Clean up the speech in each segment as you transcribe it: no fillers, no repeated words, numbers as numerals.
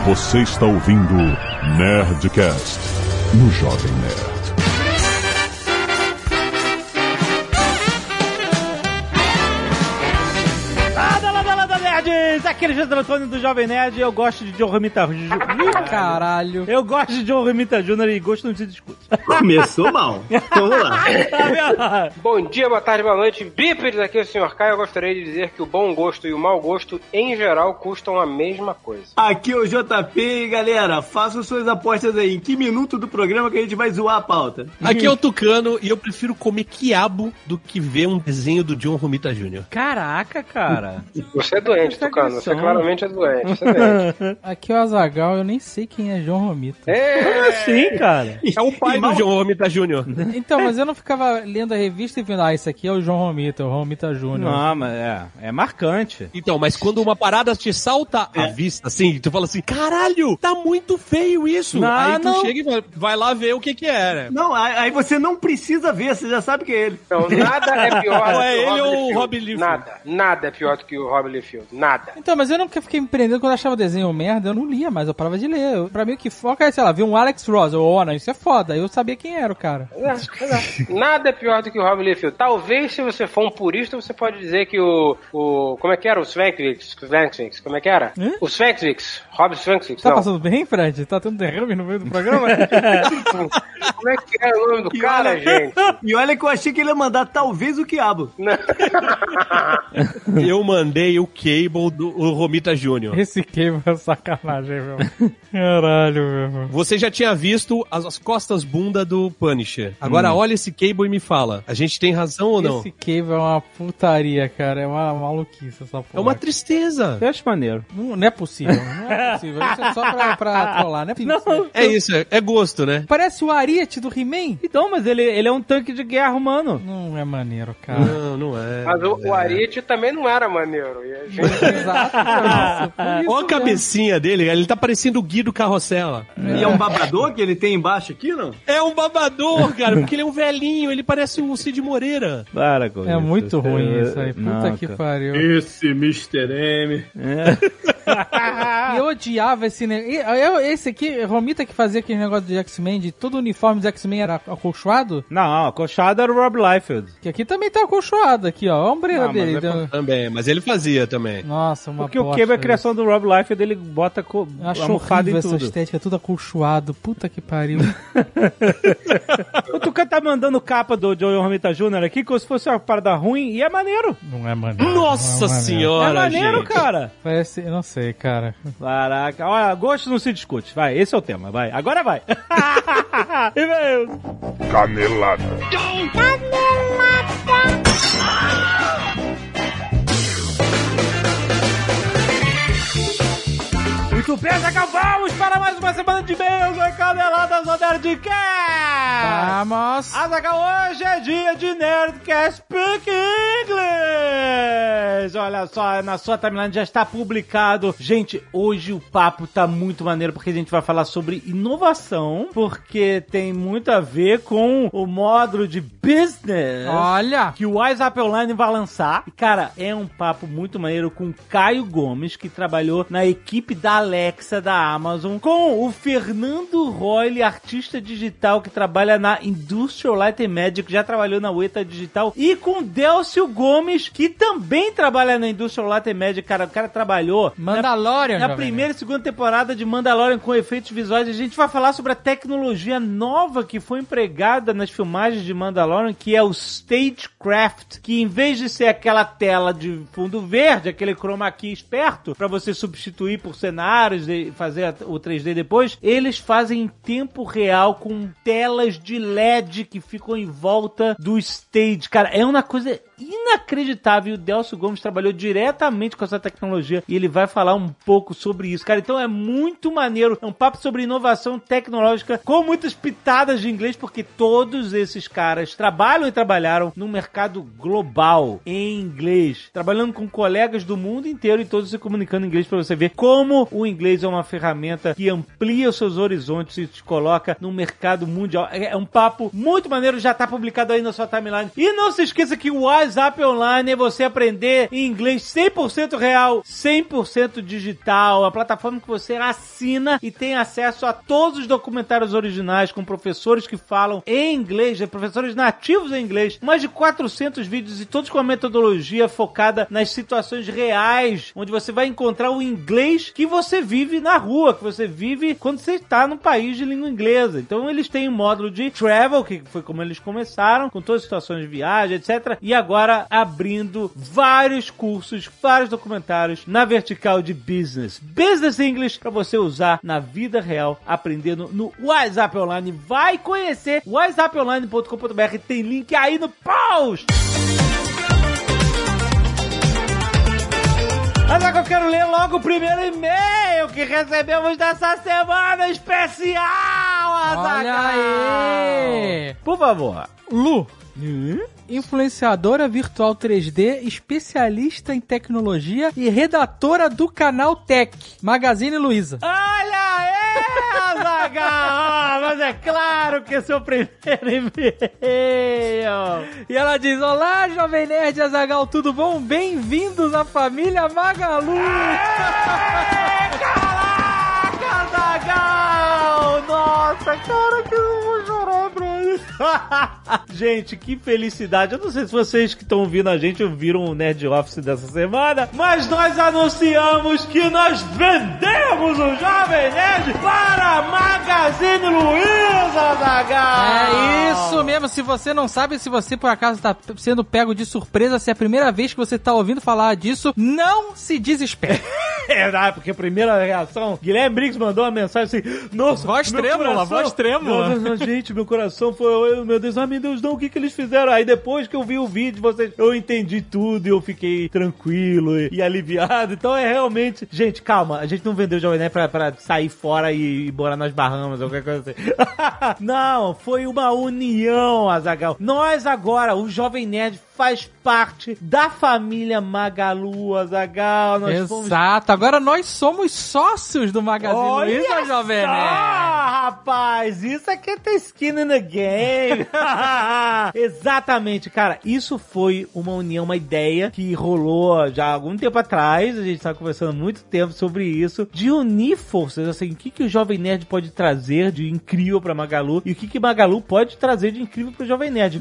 Você está ouvindo Nerdcast no Jovem Nerd. Nerds! Aqui é Alexandre Antônio do Jovem Nerd e eu gosto de John Romita Jr. Caralho. Eu gosto de John Romita Jr. e gosto não se discute. Começou mal. Vamos lá. Tá vendo? Bom dia, boa tarde, boa noite. Bípedes, aqui é o Sr. Caio. Eu gostaria de dizer que o bom gosto e o mau gosto, em geral, custam a mesma coisa. Aqui é o JP e galera, façam suas apostas aí. Em que minuto do programa que a gente vai zoar a pauta? Aqui é o Tucano e eu prefiro comer quiabo do que ver um desenho do John Romita Jr. Caraca, cara. Você é doente, Tucano. Você claramente é doente. Você é doente. Aqui é o Azaghal, eu nem sei quem é John Romita. Como assim, cara? É o pai do John Romita Jr. Então, mas eu não ficava lendo a revista e vendo, isso aqui é o João Romita, o Romita Jr. Não, mas é marcante. Então, mas quando uma parada te salta à vista, assim, tu fala assim, caralho, tá muito feio isso. Não, aí tu não. chega e vai lá ver o que era. Não, aí você não precisa ver, você já sabe que é ele. Então, nada é pior do Ou é que ele ou o Rob Rob Liefeld. Liefeld. Nada é pior do que o Rob Liefeld. Nada. Então, mas eu nunca fiquei me prendendo quando eu achava desenho merda, eu não lia, mas eu parava de ler. Pra mim o que foca é, sei lá, ver um Alex Ross, ou isso é foda, aí eu sabia quem era o cara. Nada é pior do que o Rob Liefeld. Talvez, se você for um purista, você pode dizer que como é que era? O Svankvix? Como é que era? O Svankvix. Rob Svankvix. Tá não. passando bem, Fred? Tá tendo derrame no meio do programa? Como é que era o nome do cara, gente? E olha que eu achei que ele ia mandar talvez o quiabo. Eu mandei o Cable do Romita Jr. Esse Cable é sacanagem, meu. Caralho, meu. Você já tinha visto as costas bunda do Punisher. Agora olha esse Cable e me fala, a gente tem razão ou não? Esse Cable é uma putaria, cara. É uma maluquice essa porra. É uma tristeza. Eu acho maneiro. Não é possível, não é possível. Isso é só pra trollar, não é possível. Não. É isso, é gosto, né? Parece o Ariete do He-Man. Então, mas ele é um tanque de guerra humano. Não é maneiro, cara. Não é. Mas o Ariete também não era maneiro. E a gente... Exato. Olha a cabecinha dele, ele tá parecendo o Gui do Carrossela. E é um babador que ele tem embaixo aqui, não? É um babador, cara, porque ele é um velhinho, ele parece o Cid Moreira. Para com É isso. muito ruim isso aí. Puta Não, que cara. pariu. Esse Mr. M. E eu odiava esse negócio. Esse aqui, Romita que fazia aquele negócio de X-Men, de todo o uniforme dos X-Men era acolchoado. Não, a coxada era o Rob Liefeld. Que aqui também tá acolchoado, aqui, ó. A ombreira Não, mas dele. é Então- Também, mas ele fazia também. Nossa, uma Porque o bosta Cable é a isso. criação do Rob Liefeld, ele bota Eu acho almofada horrível em essa tudo. estética, tudo acolchoado. Puta que pariu. O Tucano tá mandando capa do John Romita Jr. aqui como se fosse uma parada ruim e é maneiro. Não é maneiro. Nossa não é maneiro. senhora, É maneiro, gente. cara. Parece, eu não sei, cara. Caraca, olha, gosto não se discute. Vai, esse é o tema, vai. Agora vai. E veio. Canelada. Muito bem, acabamos para mais uma semana de e-mails e caneladas do Nerdcast. Vamos! Azaghal, hoje é dia de Nerdcast Speak English! Olha só, na sua timeline já está publicado. Gente, hoje o papo tá muito maneiro porque a gente vai falar sobre inovação, porque tem muito a ver com o módulo de business Olha! que o WhatsApp Online vai lançar. E, cara, é um papo muito maneiro com o Caio Gomes, que trabalhou na equipe da Alexa da Amazon, com o Fernando Royle, artista digital que trabalha na Industrial Light and Magic, já trabalhou na Weta Digital, e com o Délcio Gomes, que também trabalha na Industrial Light and Magic. Cara, o cara trabalhou Mandalorian, na jovem primeira e segunda temporada de Mandalorian com efeitos visuais. A gente vai falar sobre a tecnologia nova que foi empregada nas filmagens de Mandalorian, que é o Stagecraft, que em vez de ser aquela tela de fundo verde, aquele chroma key esperto, pra você substituir por cenários e fazer o 3D depois, eles fazem em tempo real com telas de LED que ficam em volta do stage. Cara, é uma coisa inacreditável. O Délcio Gomes trabalhou diretamente com essa tecnologia e ele vai falar um pouco sobre isso, cara. Então é muito maneiro. É um papo sobre inovação tecnológica com muitas pitadas de inglês, porque todos esses caras trabalham e trabalharam no mercado global em inglês, trabalhando com colegas do mundo inteiro e todos se comunicando em inglês, pra você ver como o inglês é uma ferramenta que amplia os seus horizontes e te coloca no mercado mundial. É um papo muito maneiro, já tá publicado aí na sua timeline. E não se esqueça que o WhatsApp Online é você aprender inglês 100% real, 100% digital. A plataforma que você assina e tem acesso a todos os documentários originais com professores que falam em inglês, professores nativos em inglês. Mais de 400 vídeos e todos com a metodologia focada nas situações reais, onde você vai encontrar o inglês que você vive na rua, que você vive quando você está num país de língua inglesa. Então eles têm um módulo de travel, que foi como eles começaram, com todas as situações de viagem, etc. E agora abrindo vários cursos, vários documentários na vertical de business. Business English para você usar na vida real, aprendendo no WhatsApp Online. Vai conhecer whatsapponline.com.br, tem link aí no post! Mas agora eu quero ler logo o primeiro e-mail que recebemos dessa semana especial, Azaghal! Olha aí! Por favor. Lu. Influenciadora virtual 3D, especialista em tecnologia e redatora do canal Tech, Magazine Luiza. Olha aí, Azaghal! Mas é claro que é seu primeiro e-mail. E ela diz: olá, Jovem Nerd e Azaghal, tudo bom? Bem-vindos à família Magalu! Caraca, Azaghal! Nossa, cara, que eu vou chorar, brother. Gente, que felicidade. Eu não sei se vocês que estão ouvindo a gente viram o Nerd Office dessa semana, mas nós anunciamos que nós vendemos o Jovem Nerd para a Magazine Luiza, Azaghal. É isso mesmo. Se você não sabe, se você por acaso está sendo pego de surpresa, se é a primeira vez que você está ouvindo falar disso, não se desespere. É, porque a primeira reação, Guilherme Briggs mandou uma mensagem assim: nossa, voz trêmula, voz trêmula. Gente, meu coração foi, meu Deus, meu Deus, não, o que eles fizeram? Aí depois que eu vi o vídeo de vocês, eu entendi tudo e eu fiquei tranquilo e aliviado. Então é realmente, gente, calma, a gente não vendeu o Jovem Nerd pra sair fora e morar nas Bahamas ou qualquer coisa assim. Não, foi uma união, Azaghal. Nós agora, o Jovem Nerd faz parte da família Magalu, Azaghal. Exato, agora nós somos sócios do Magazine Luiza, Jovem Nerd. Rapaz, isso aqui é ter skin in the game. Exatamente, cara, isso foi uma união, uma ideia que rolou já há algum tempo atrás, a gente estava conversando há muito tempo sobre isso, de unir forças, assim, o que o Jovem Nerd pode trazer de incrível pra Magalu e o que Magalu pode trazer de incrível pro Jovem Nerd.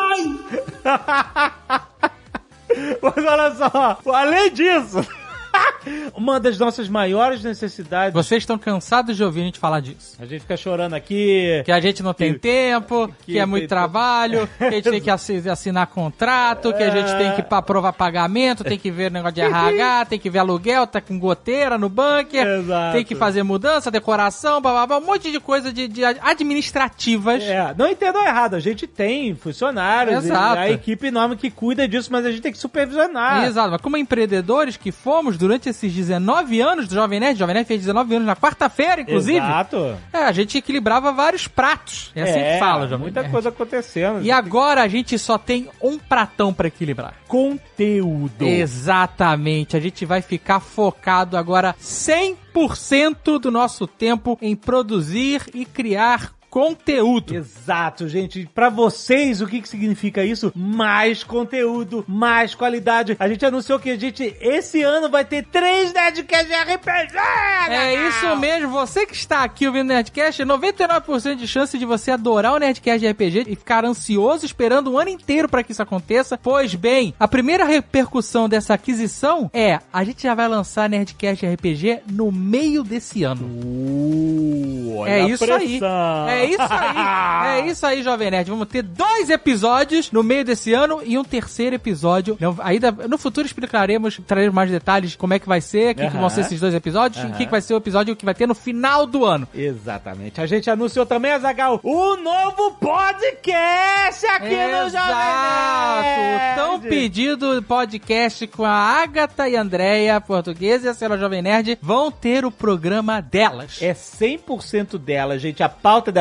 Mas olha só, além disso, uma das nossas maiores necessidades... Vocês estão cansados de ouvir a gente falar disso. A gente fica chorando aqui... Que a gente não tem tempo, que é muito trabalho, que a gente tem que assinar contrato, que a gente tem que aprovar pagamento, tem que ver negócio de RH, tem que ver aluguel, tá com goteira no bunker, Exato. Tem que fazer mudança, decoração, blá, um monte de coisa de administrativas. É, não entendam errado, a gente tem funcionários, Exato. A equipe enorme que cuida disso, mas a gente tem que supervisionar. Exato, mas como empreendedores que fomos durante esses 19 anos do Jovem Nerd fez 19 anos na quarta-feira, inclusive. Exato. A gente equilibrava vários pratos. É assim que fala, Jovem muita Nerd. coisa acontecendo. E agora a gente só tem um pratão pra equilibrar. Conteúdo. Exatamente. A gente vai ficar focado agora 100% do nosso tempo em produzir e criar conteúdo. Exato, gente. Pra vocês, o que significa isso? Mais conteúdo, mais qualidade. A gente anunciou que a gente, esse ano, vai ter 3 Nerdcast de RPG! É isso mesmo. Você que está aqui ouvindo o Nerdcast, 99% de chance de você adorar o Nerdcast de RPG e ficar ansioso esperando um ano inteiro pra que isso aconteça. Pois bem, a primeira repercussão dessa aquisição é: a gente já vai lançar Nerdcast de RPG no meio desse ano. Olha É a isso pressão. aí. É isso aí. É isso aí, Jovem Nerd. Vamos ter 2 episódios no meio desse ano e um terceiro episódio. No futuro traremos mais detalhes como é que vai ser, o que vão ser esses 2 episódios e o que vai ser o episódio que vai ter no final do ano. Exatamente. A gente anunciou também, Azaghal, o novo podcast aqui no Jovem Nerd. O tão pedido podcast com a Agatha e a Andréia, portuguesa, e a senhora Jovem Nerd, vão ter o programa delas. É 100% dela, gente. A pauta da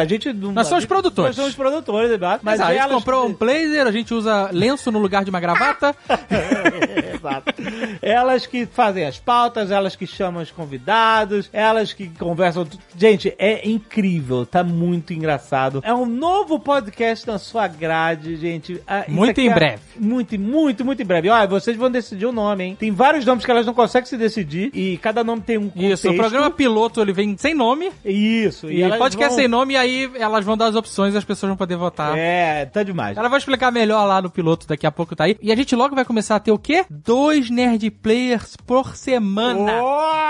gente... Nós somos produtores. Nós somos produtores, exato. Mas a gente comprou um blazer, a gente usa lenço no lugar de uma gravata. Exato. Elas que fazem as pautas, elas que chamam os convidados, elas que conversam... Gente, é incrível, tá muito engraçado. É um novo podcast na sua grade, gente. Muito em breve. Muito em breve. Olha, vocês vão decidir o nome, hein? Tem vários nomes que elas não conseguem se decidir e cada nome tem um contexto. Isso, o programa piloto, ele vem sem nome. Isso. E podcast sem nome, e aí elas vão dar as opções e as pessoas vão poder votar. É, tá demais. Ela vai explicar melhor lá no piloto, daqui a pouco tá aí. E a gente logo vai começar a ter o quê? 2 Nerd Players por semana.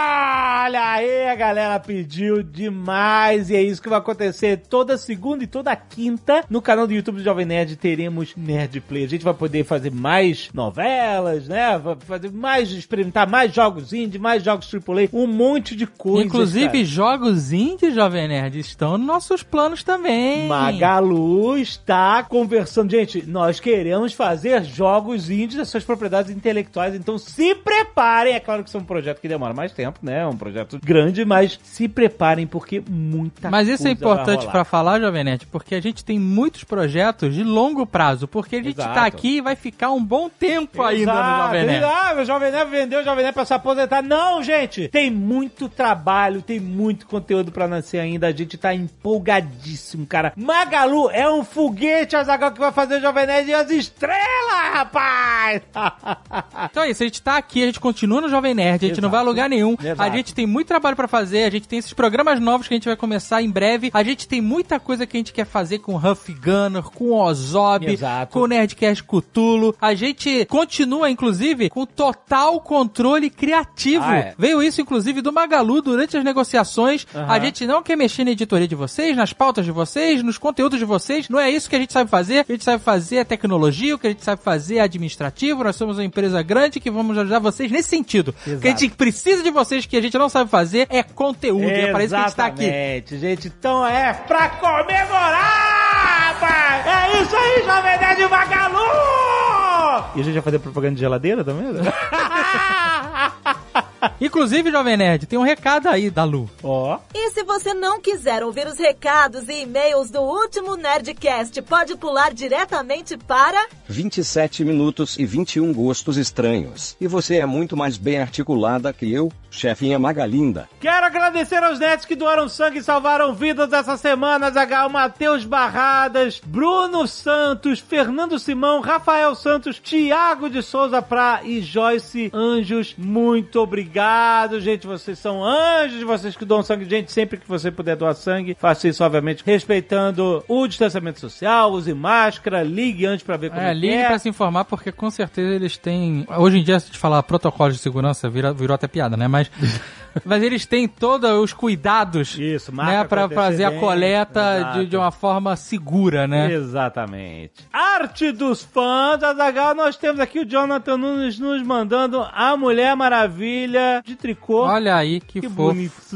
Olha aí, a galera pediu demais e é isso que vai acontecer toda segunda e toda quinta no canal do YouTube do Jovem Nerd. Teremos Nerd Player. A gente vai poder fazer mais novelas, né? Vai fazer mais, experimentar mais jogos indie, mais jogos AAA, um monte de coisa. Inclusive, cara. Jogos indie, Jovem Nerd, estão nos nossos planos também. Magalu está conversando. Gente, nós queremos fazer jogos indies das suas propriedades intelectuais, então se preparem. É claro que isso é um projeto que demora mais tempo, né? É um projeto grande, mas se preparem porque muita coisa. Mas isso é importante pra falar, Jovem Nerd, porque a gente tem muitos projetos de longo prazo, porque a gente tá aqui e vai ficar um bom tempo ainda no Jovem Nerd. O Jovem Nerd vendeu o Jovem Nerd pra se aposentar. Não, gente! Tem muito trabalho, tem muito conteúdo pra nascer ainda. A gente tá empolgadíssimo, cara. Magalu é um foguete, Azaghal, que vai fazer o Jovem Nerd e as estrelas, rapaz! Então é isso, a gente tá aqui, a gente continua no Jovem Nerd, a gente não vai a lugar nenhum. Exato. A gente tem muito trabalho pra fazer, a gente tem esses programas novos que a gente vai começar em breve. A gente tem muita coisa que a gente quer fazer com o Huff Gunner, com o Ozob, com o Nerdcast Cthulhu. A gente continua, inclusive, com total controle criativo. Veio isso, inclusive, do Magalu durante as negociações. A gente não quer mexer na editoria de vocês, nas pautas de vocês, nos conteúdos de vocês. Não é isso que a gente sabe fazer. O que a gente sabe fazer é tecnologia, o que a gente sabe fazer é administrativo. Nós somos uma empresa grande que vamos ajudar vocês nesse sentido. Exato. O que a gente precisa de vocês, que a gente não sabe fazer, é conteúdo. E é para isso que a gente tá aqui. Gente, então é pra comemorar, rapaz! É isso aí, Jovem Nerd Magalu! E a gente vai fazer propaganda de geladeira também? Inclusive, Jovem Nerd, tem um recado aí da Lu. E se você não quiser ouvir os recados e e-mails do último Nerdcast, pode pular diretamente para 27 minutos e 21 gostos estranhos. E você é muito mais bem articulada que eu, chefinha Magalinda. Quero agradecer aos nerds que doaram sangue e salvaram vidas essa semana. Azaghal, Matheus Barradas, Bruno Santos, Fernando Simão, Rafael Santos, Thiago de Souza Prá e Joyce Anjos. Muito obrigado, gente. Vocês são anjos, vocês que doam sangue. Gente, sempre que você puder doar sangue, faça isso, obviamente, respeitando o distanciamento social, use máscara, ligue antes pra ver como é. Ligue pra se informar, porque com certeza eles têm... Hoje em dia, se te falar protocolo de segurança, virou até piada, né? Mas eles têm todos os cuidados, né, pra fazer a coleta de uma forma segura, né? Exatamente. Arte dos fãs, Azaghal, nós temos aqui o Jonathan Nunes nos mandando a Mulher Maravilha de tricô. Olha aí, que fofo.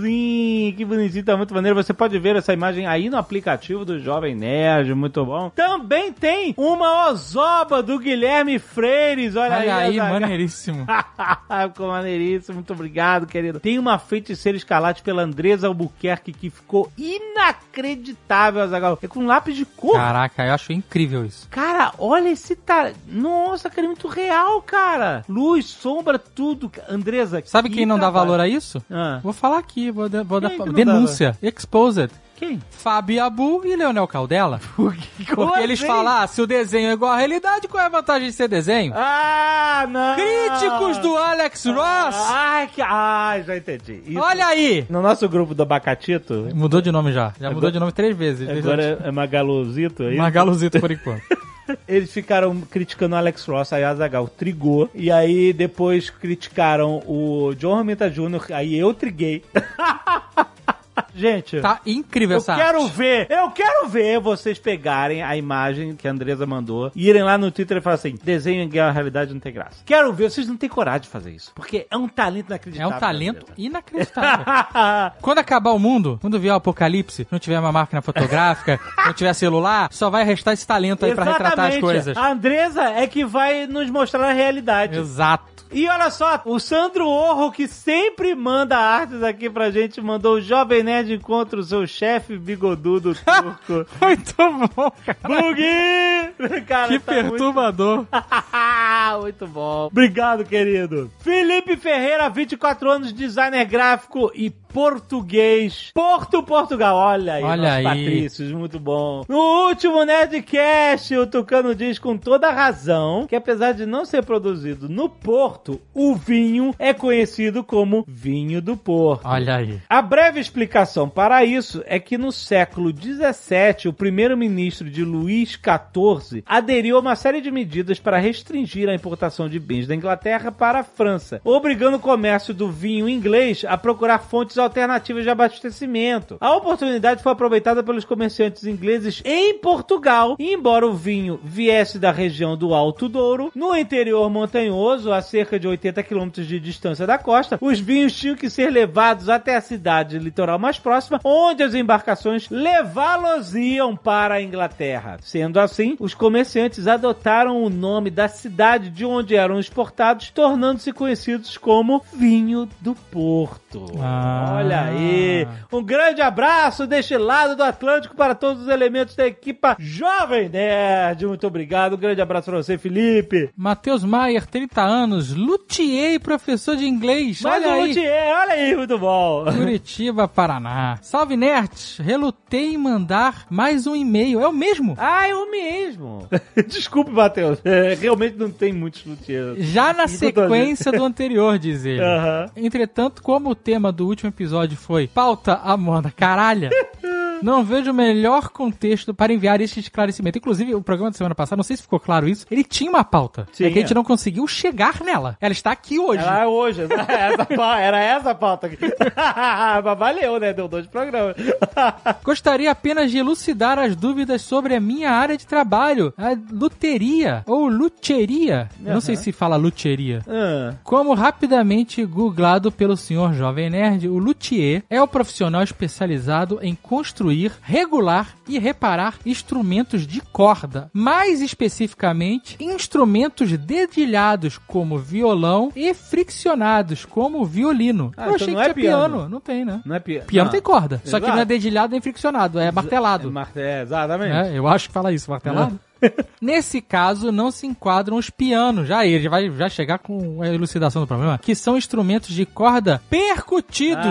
Que bonitinho, tá muito maneiro. Você pode ver essa imagem aí no aplicativo do Jovem Nerd, muito bom. Também tem uma ozoba do Guilherme Freires, olha aí, maneiríssimo. Ficou maneiríssimo, muito obrigado, querido. Tem uma Feiticeira Escarlate pela Andresa Albuquerque que ficou inacreditável, Azaghal. É com lápis de cor. Caraca, eu acho incrível isso. Cara, olha esse Nossa, cara, é muito real, cara. Luz, sombra, tudo. Andresa, sabe quem não dá valor a isso? Vou falar aqui, vou dar denúncia. Exposed. Quem? Fábio Abu e Leonel Caldela. Porque eles falam, se o desenho é igual à realidade, qual é a vantagem de ser desenho? Não! Críticos do Alex Ross! Já entendi. Isso. Olha aí! No nosso grupo do Abacatito... Mudou de nome já. Mudou de nome 3 vezes. Agora é Magaluzito, é isso? Magaluzito, por enquanto. Eles ficaram criticando o Alex Ross, aí o Azaghal trigou, e aí depois criticaram o John Romita Jr., aí eu triguei. Gente, tá incrível essa eu quero ver vocês pegarem a imagem que a Andresa mandou e irem lá no Twitter e falar assim, desenho em guerra, realidade não tem graça. Quero ver, vocês não têm coragem de fazer isso, porque é um talento inacreditável. É um talento inacreditável. Quando acabar o mundo, quando vier o apocalipse, não tiver uma máquina fotográfica, não tiver celular, só vai restar esse talento aí pra retratar as coisas. A Andresa é que vai nos mostrar a realidade. Exato. E olha só, o Sandro Orro, que sempre manda artes aqui pra gente, mandou o Jovem Nerd Nerd encontra o seu chefe bigodudo turco. Muito bom, cara. Bugui! Cara, Que tá perturbador. Muito bom. Obrigado, querido. Felipe Ferreira, 24 anos, designer gráfico e português. Porto, Portugal. Olha aí, Olha aí. Patrícios, muito bom. No último Nerdcast, o Tucano diz com toda razão que apesar de não ser produzido no Porto, o vinho é conhecido como vinho do Porto. Olha aí. A breve explicação para isso é que no século XVII, o primeiro-ministro de Luís XIV aderiu a uma série de medidas para restringir a importação de bens da Inglaterra para a França, obrigando o comércio do vinho inglês a procurar fontes alternativas de abastecimento. A oportunidade foi aproveitada pelos comerciantes ingleses em Portugal, e embora o vinho viesse da região do Alto Douro, no interior montanhoso, a cerca de 80 quilômetros de distância da costa, os vinhos tinham que ser levados até a cidade litoral mais próxima, onde as embarcações levá-los-iam para a Inglaterra. Sendo assim, os comerciantes adotaram o nome da cidade de onde eram exportados, tornando-se conhecidos como Vinho do Porto. Olha aí. Um grande abraço deste lado do Atlântico para todos os elementos da equipa Jovem Nerd. Muito obrigado. Um grande abraço para você, Felipe. Matheus Maier, 30 anos, luthier e professor de inglês. Mais olha um aí. luthier. Olha aí, muito bom. Curitiba, Paraná. Salve, nerds. Relutei em mandar mais um e-mail. É o mesmo? Ah, é o mesmo. Desculpe, Matheus. Realmente não tem muitos luthiers. Já na sequência do anterior, diz ele. Aham. Entretanto, como o tema do último episódio foi pauta Amanda caralha, não vejo o melhor contexto para enviar este esclarecimento. Inclusive, o programa da semana passada, não sei se ficou claro isso, ele tinha uma pauta. Sim, é que a gente não conseguiu chegar nela. Ela está aqui hoje. Era hoje. Era essa a pauta aqui. Mas valeu, né? Deu 2 programas. Gostaria apenas de elucidar as dúvidas sobre a minha área de trabalho, a luteria ou luthieria. Eu não sei se fala luthieria. Como rapidamente googlado pelo senhor Jovem Nerd, o luthier é o profissional especializado em construir, regular e reparar instrumentos de corda. Mais especificamente, instrumentos dedilhados como violão e friccionados como violino. Ah, Eu então achei não que é tinha piano. piano. Não tem, né? Não é piano. Piano tem corda. Só que Exato. não é dedilhado nem friccionado, é martelado. Exatamente. Eu acho que fala isso, martelado. Nesse caso, não se enquadram os pianos. Já ele vai já chegar com a elucidação do problema. Que são instrumentos de corda percutidos.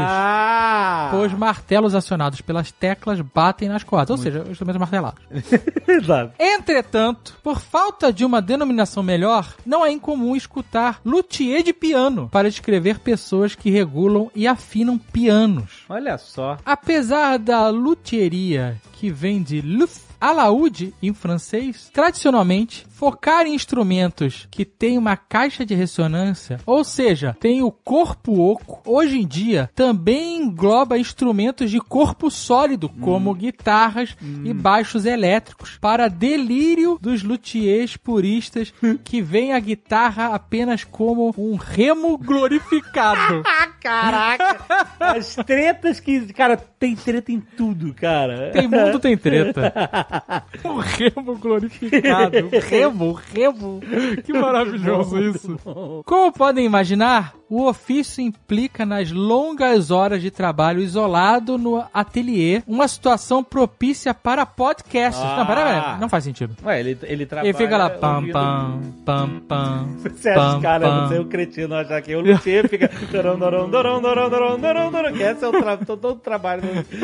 Pois martelos acionados pelas teclas batem nas cordas. Ou seja, instrumentos martelados. Exato. Entretanto, por falta de uma denominação melhor, não é incomum escutar luthier de piano para descrever pessoas que regulam e afinam pianos. Olha só. Apesar da luthieria, que vem de luth, alaúde em francês, tradicionalmente, focar em instrumentos que têm uma caixa de ressonância, ou seja, tem o corpo oco, hoje em dia também engloba instrumentos de corpo sólido, como guitarras e baixos elétricos, para delírio dos luthiers puristas que veem a guitarra apenas como um remo glorificado. Caraca! As tretas que... Cara, tem treta em tudo, cara. Tem mundo, tem treta. O remo glorificado. Remo. Que maravilhoso isso. Como podem imaginar, o ofício implica nas longas horas de trabalho isolado no ateliê, uma situação propícia para podcasts. Não, pera, não faz sentido. Ué, ele trabalha... Ele fica lá, pam, ouvindo- pam, pam, pam. Você acha, cara, não sei o cretino achar que eu lutei, fica... Que esse é todo o trabalho.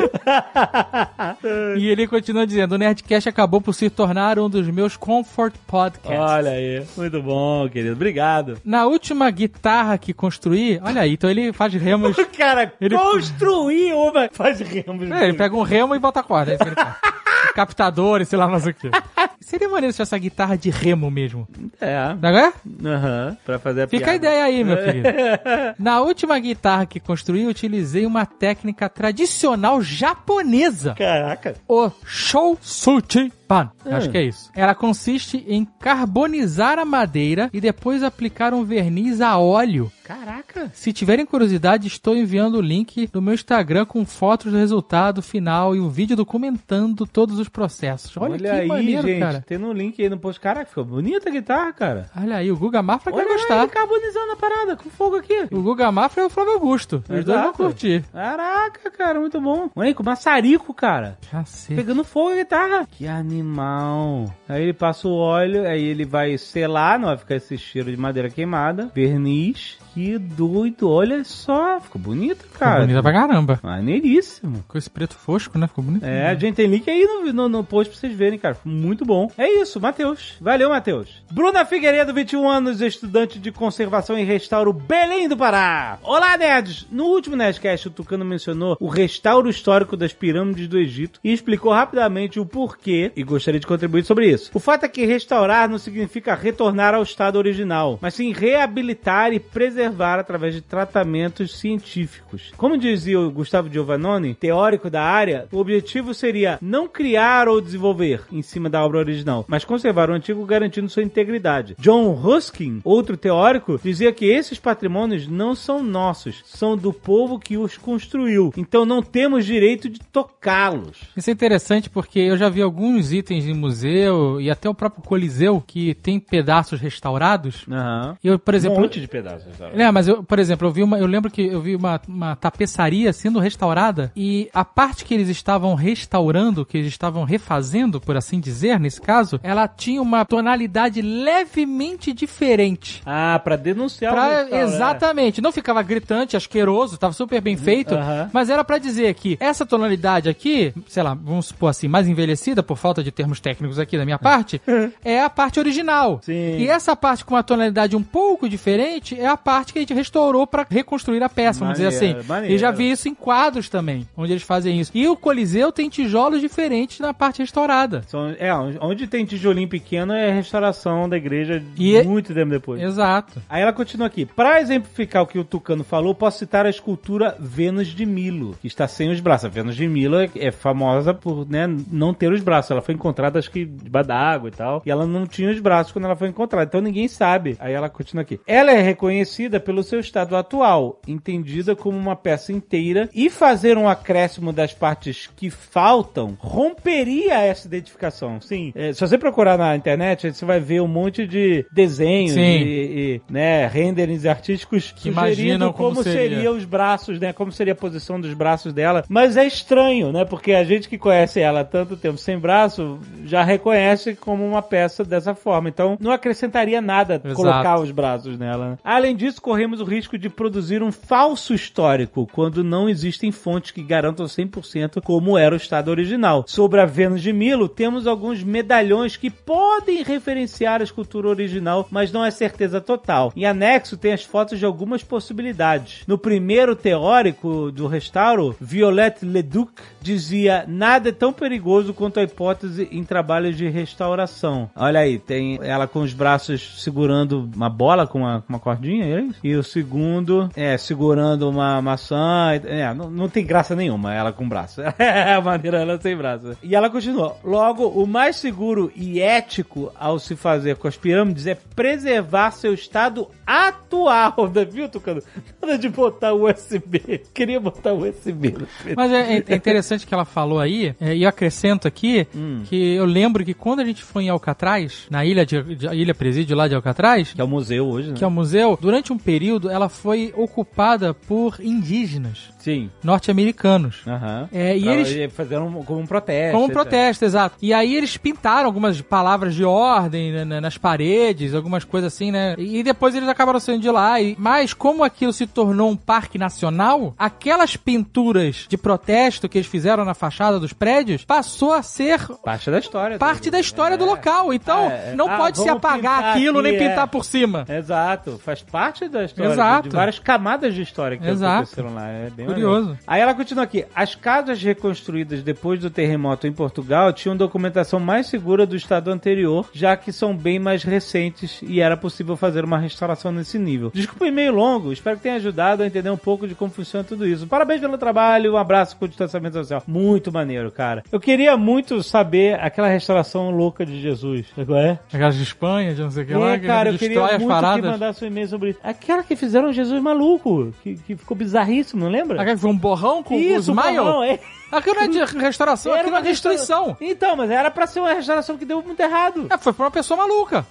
E ele continua dizendo, o Nerdcast acabou por se tornar um dos meus comfort podcasts. Olha aí, muito bom, querido. Obrigado. Na última guitarra que construí, olha aí, então ele faz remos. Cara, Ele- construir uma... Faz remos. Ele pega um remo e bota a corda, é isso que ele faz. Captador e sei lá mais o que. Seria maneiro se tivesse essa guitarra de remo mesmo. É. Não é? Aham. Pra fazer a Fica a piada. ideia aí, meu querido. Na última guitarra que construí, utilizei uma técnica tradicional japonesa. Caraca. O Shousuchi. Spun. Acho que é isso. Ela consiste em carbonizar a madeira e depois aplicar um verniz a óleo. Caraca! Se tiverem curiosidade, estou enviando o link do meu Instagram com fotos do resultado final e um vídeo documentando todos os processos. Olha que aí, maneiro, gente, cara. Tem no link aí no post. Caraca, ficou bonita a guitarra, cara. Olha aí, o Guga Mafra vai Olha gostar. ele carbonizando a parada, com fogo aqui. O Guga Mafra é o Flávio Augusto. Os dois vão curtir. Caraca, cara, muito bom. Olha aí, com maçarico, cara. Cacete. Pegando fogo a guitarra. Que animal. Aí ele passa o óleo, aí ele vai selar, não vai ficar esse cheiro de madeira queimada. Verniz. Que doido, olha só. Ficou bonito, cara. Ficou bonita pra caramba. Maneiríssimo. Com esse preto fosco, né? Ficou bonito. É, a gente tem link aí no post pra vocês verem, cara. Ficou muito bom. É isso, Matheus. Valeu, Matheus. Bruna Figueiredo, 21 anos, estudante de conservação e restauro, Belém do Pará. Olá, nerds. No último Nerdcast, o Tucano mencionou o restauro histórico das pirâmides do Egito e explicou rapidamente o porquê e gostaria de contribuir sobre isso. O fato é que restaurar não significa retornar ao estado original, mas sim reabilitar e preservar através de tratamentos científicos. Como dizia o Gustavo Giovannoni, teórico da área, o objetivo seria não criar ou desenvolver em cima da obra original, mas conservar o antigo garantindo sua integridade. John Ruskin, outro teórico, dizia que esses patrimônios não são nossos, são do povo que os construiu, então não temos direito de tocá-los. Isso é interessante porque eu já vi alguns itens em museu e até o próprio Coliseu que tem pedaços restaurados. Eu, por exemplo, um monte de pedaços restaurados. Mas eu, por exemplo, eu lembro que eu vi uma tapeçaria sendo restaurada e a parte que eles estavam restaurando, que eles estavam refazendo, por assim dizer, nesse caso, ela tinha uma tonalidade levemente diferente. Ah, pra denunciar o restauro. Exatamente. Não ficava gritante, asqueroso, tava super bem feito, mas era pra dizer que essa tonalidade aqui, sei lá, vamos supor assim, mais envelhecida, por falta de termos técnicos aqui da minha parte, é a parte original. Sim. E essa parte com uma tonalidade um pouco diferente é a parte que a gente restaurou pra reconstruir a peça, vamos dizer assim. Maneiro. E já vi isso em quadros também, onde eles fazem isso. E o Coliseu tem tijolos diferentes na parte restaurada. Onde tem tijolinho pequeno é a restauração da igreja muito tempo depois. Exato. Aí ela continua aqui. Pra exemplificar o que o Tucano falou, posso citar a escultura Vênus de Milo, que está sem os braços. A Vênus de Milo é famosa por, né, não ter os braços. Ela foi encontrada, acho que, debaixo d'água e tal. E ela não tinha os braços quando ela foi encontrada. Então ninguém sabe. Aí ela continua aqui. Ela é reconhecida pelo seu estado atual, entendida como uma peça inteira, e fazer um acréscimo das partes que faltam romperia essa identificação. Sim, se você procurar na internet, você vai ver um monte de desenhos e né, renderings artísticos que imaginam como seria os braços, né, como seria a posição dos braços dela, mas é estranho, né, porque a gente que conhece ela há tanto tempo sem braço, já reconhece como uma peça dessa forma, então não acrescentaria nada colocar os braços nela, né? Além disso, corremos o risco de produzir um falso histórico, quando não existem fontes que garantam 100% como era o estado original. Sobre a Vênus de Milo, temos alguns medalhões que podem referenciar a escultura original, mas não é certeza total. Em anexo tem as fotos de algumas possibilidades. No primeiro teórico do restauro, Violette Leduc dizia: nada é tão perigoso quanto a hipótese em trabalhos de restauração. Olha aí, tem ela com os braços segurando uma bola com uma cordinha, é isso? E o segundo segurando uma maçã. Não tem graça nenhuma ela com braço. É a maneira ela sem braço. E ela continua: logo, o mais seguro e ético ao se fazer com as pirâmides é preservar seu estado atual. Viu, Tucano? Nada de botar USB. Queria botar USB. Mas é interessante que ela falou aí, e eu acrescento aqui, que eu lembro que quando a gente foi em Alcatraz, na ilha presídio lá de Alcatraz, que é o museu hoje, né? Que é o museu, durante um período ela foi ocupada por indígenas. Sim. Norte-americanos. E eles fizeram como um protesto. Como um protesto, exato. E aí eles pintaram algumas palavras de ordem, né, nas paredes, algumas coisas assim, né? E depois eles acabaram saindo de lá. Mas como aquilo se tornou um parque nacional, aquelas pinturas de protesto que eles fizeram na fachada dos prédios passou a ser parte da história. Parte da história do local. Então, não pode se apagar aquilo nem pintar por cima. Exato. Faz parte detalhes da história. Exato. De várias camadas de história que aconteceram lá. É bem curioso. Maneiro. Aí ela continua aqui. As casas reconstruídas depois do terremoto em Portugal tinham documentação mais segura do estado anterior, já que são bem mais recentes e era possível fazer uma restauração nesse nível. Desculpa o e-mail longo, espero que tenha ajudado a entender um pouco de como funciona tudo isso. Parabéns pelo trabalho, um abraço com o distanciamento social. Muito maneiro, cara. Eu queria muito saber aquela restauração louca de Jesus. Qual é? Aquelas de Espanha, de não sei o que lá, cara, eu queria muito paradas. Que mandasse um e-mail sobre isso. Aquela que fizeram Jesus maluco, que ficou bizarríssimo, não lembra? Aquela que foi um borrão com os Smile? Aquilo não é de restauração, aquilo é destruição. Então, mas era pra ser uma restauração que deu muito errado. Foi pra uma pessoa maluca.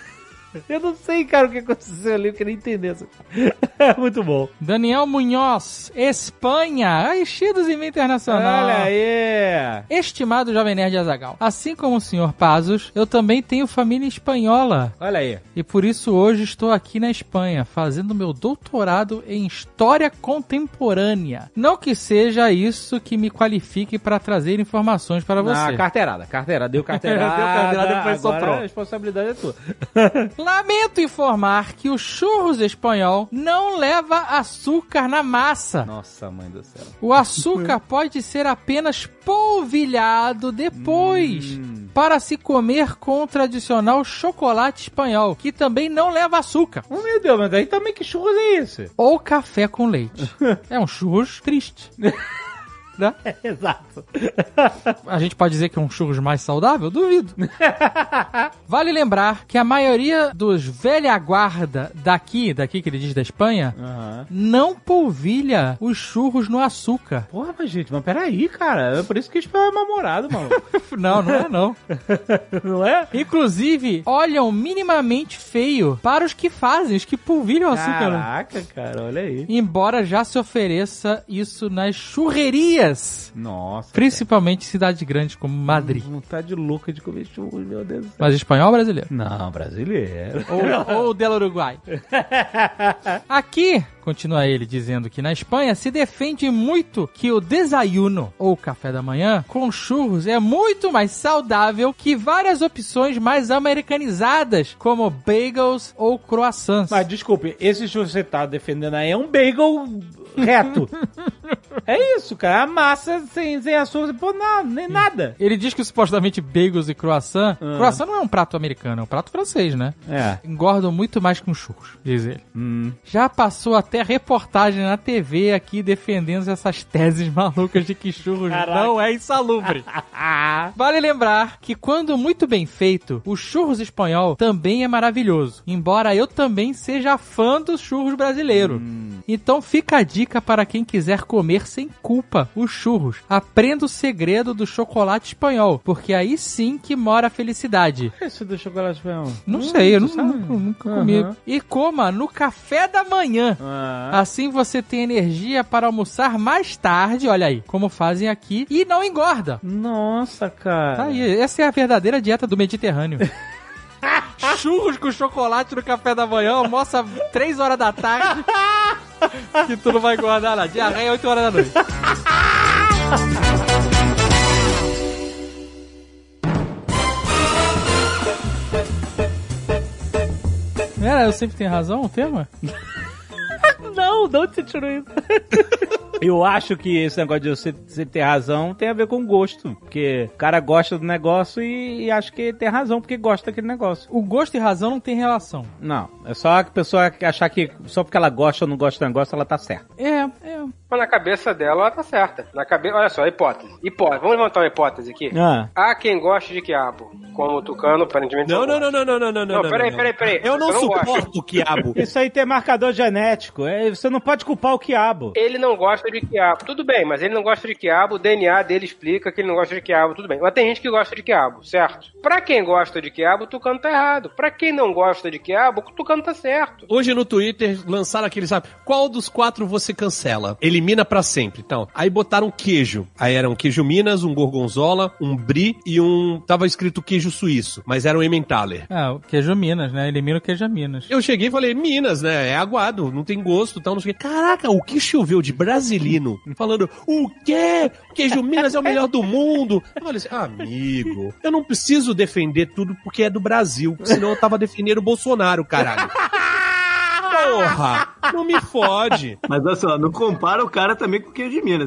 Eu não sei, cara, o que aconteceu ali, eu queria entender. Muito bom. Daniel Munhoz, Espanha. Ai, cheio dos e-mails internacionais. Olha aí. Estimado Jovem Nerd Azaghal, assim como o Sr. Pazos, eu também tenho família espanhola. Olha aí. E por isso hoje estou aqui na Espanha, fazendo meu doutorado em História Contemporânea. Não que seja isso que me qualifique para trazer informações para você. Carteirada. Deu carteirada, depois soprou. A responsabilidade é tua. Lamento informar que o churros espanhol não leva açúcar na massa. Nossa, mãe do céu. O açúcar pode ser apenas polvilhado depois para se comer com o tradicional chocolate espanhol, que também não leva açúcar. Oh, meu Deus, mas aí também que churros é esse? Ou café com leite. É um churros triste. Né? Exato. A gente pode dizer que é um churros mais saudável? Duvido. Vale lembrar que a maioria dos velha guarda daqui que ele diz da Espanha, não polvilha os churros no açúcar. Porra, mas gente, mas peraí, cara. É por isso que o espanhol é mal-humorado, maluco. Não é não. Não é? Inclusive, olham minimamente feio para os que fazem, os que polvilham o açúcar. Caraca, cara, olha aí. Embora já se ofereça isso nas churrerias. Nossa. Principalmente em cidades grandes como Madrid. Vontade louca de comer churros, meu Deus do céu. Mas espanhol ou brasileiro? Não, brasileiro. Ou del Uruguai. Aqui, continua ele dizendo que na Espanha se defende muito que o desayuno, ou café da manhã, com churros é muito mais saudável que várias opções mais americanizadas, como bagels ou croissants. Mas desculpe, esse churro que você tá defendendo aí é um bagel reto. É isso, cara. A massa sem açúcar, pô, não, nem nada. Ele diz que supostamente bagels e croissant... Croissant não é um prato americano, é um prato francês, né? É. Engordam muito mais com churros, diz ele. Já passou até reportagem na TV aqui defendendo essas teses malucas de que churros não é insalubre. Vale lembrar que quando muito bem feito, o churros espanhol também é maravilhoso. Embora eu também seja fã dos churros brasileiros. Então fica a dica para quem quiser comer sem culpa os churros. Aprenda o segredo do chocolate espanhol, porque aí sim que mora a felicidade. O que é isso do chocolate espanhol? Não sei, eu nunca comi. E coma no café da manhã. Assim você tem energia para almoçar mais tarde, olha aí, como fazem aqui, e não engorda. Nossa, cara. Tá aí, essa é a verdadeira dieta do Mediterrâneo. Churros com chocolate no café da manhã, almoça 3 horas da tarde, que tu não vai engordar lá. Diarreia 8 horas da noite. Eu sempre tenho razão, o tema? Não, de onde você tirou isso? Eu acho que esse negócio de você ter razão tem a ver com gosto. Porque o cara gosta do negócio e acha que tem razão porque gosta daquele negócio. O gosto e razão não tem relação. Não, é só a pessoa achar que só porque ela gosta ou não gosta do negócio, ela tá certa. Mas na cabeça dela, ela tá certa. Olha só, hipótese. Vamos levantar uma hipótese aqui. Há quem goste de quiabo. Como o Tucano, aparentemente. Não. Peraí. Eu não suporto o quiabo. Isso aí tem marcador genético. Você não pode culpar o quiabo. Ele não gosta de quiabo. Tudo bem, mas ele não gosta de quiabo. O DNA dele explica que ele não gosta de quiabo. Tudo bem. Mas tem gente que gosta de quiabo, certo? Pra quem gosta de quiabo, o Tucano tá errado. Pra quem não gosta de quiabo, o Tucano tá certo. Hoje no Twitter lançaram aquele, sabe? Qual dos 4 você cancela? Elimina pra sempre. Então, aí botaram queijo. Aí era um queijo Minas, um gorgonzola, um brie e tava escrito queijo suíço, mas era um Emmentaler. O queijo Minas, né? Elimina o queijo Minas. Eu cheguei e falei, Minas, né? É aguado, não tem gosto, tal, não sei o quê. Caraca, o que choveu de brasilino falando, o quê? Queijo Minas é o melhor do mundo. Eu falei assim, amigo, eu não preciso defender tudo porque é do Brasil, senão eu tava defendendo o Bolsonaro, caralho. Porra! Não me fode. Mas olha só, não compara o cara também com o queijo de Minas.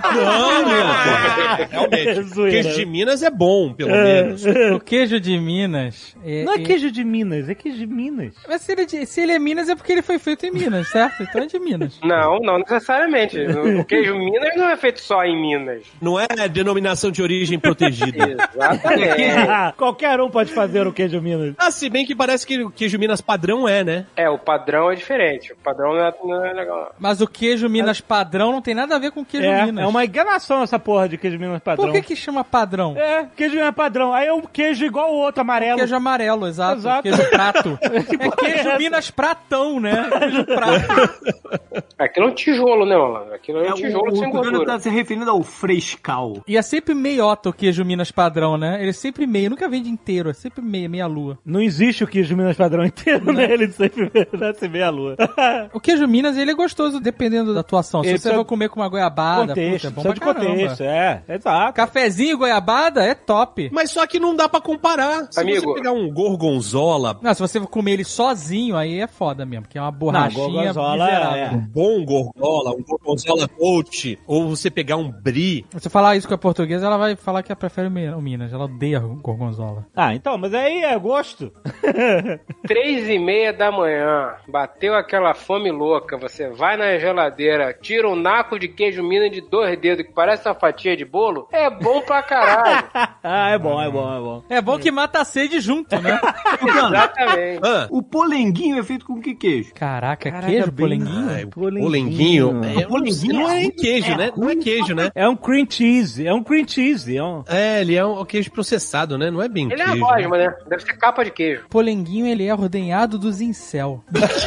Realmente. O queijo de Minas é bom, pelo menos. O queijo de Minas... Não é queijo de Minas, é queijo de Minas. Mas se ele é Minas, é porque ele foi feito em Minas, certo? Então é de Minas. Não necessariamente. O queijo Minas não é feito só em Minas. Não é denominação de origem protegida. Exatamente. Qualquer um pode fazer o queijo Minas. Ah, se bem que parece que o queijo Minas padrão é, né? O padrão é diferente. O padrão não é legal. Mas o queijo Minas padrão não tem nada a ver com o queijo Minas. É uma enganação essa porra de queijo Minas padrão. Por que chama padrão? Queijo Minas padrão. Aí é um queijo igual o outro, amarelo. Queijo amarelo, exato. Queijo prato. É queijo Minas pratão, né? Queijo prato. Aquilo é um tijolo, né, mano? Aquilo é um tijolo sem gordura. O tá se referindo ao frescal. E é sempre meiota o queijo Minas padrão, né? Ele é sempre meio, nunca vende inteiro, é sempre meia lua. Não existe o queijo Minas padrão inteiro, né? Ele sempre nasce meia lua. O queijo Minas, ele é gostoso dependendo da atuação. Se você for comer com uma goiabada, contexto, é bom pra caramba. Contexto, exato. Cafezinho e goiabada é top. Mas só que não dá pra comparar. Se você pegar um gorgonzola... Não, se você for comer ele sozinho, aí é foda mesmo, porque é uma borrachinha miserável. Um bom gorgonzola, um gorgonzola Dolce, ou você pegar um brie. Se falar isso com a portuguesa, ela vai falar que ela prefere o Minas, ela odeia gorgonzola. Então, mas aí é gosto. 3:30 da manhã, bateu aquela fome louca, você vai na geladeira, tira um naco de queijo Minas de 2 dedos, que parece uma fatia de bolo, é bom pra caralho. É bom. É bom que mata a sede junto, né? Exatamente. O polenguinho é feito com que queijo? Caraca, queijo, polenguinho? Polenguinho. Polenguinho não é queijo, né? Não é queijo, né? É um cream cheese. Ele é um queijo processado, né? Não é bem queijo. Ele é uma gosma, né? Deve ser capa de queijo. Polenguinho, ele é ordenhado do Zincel.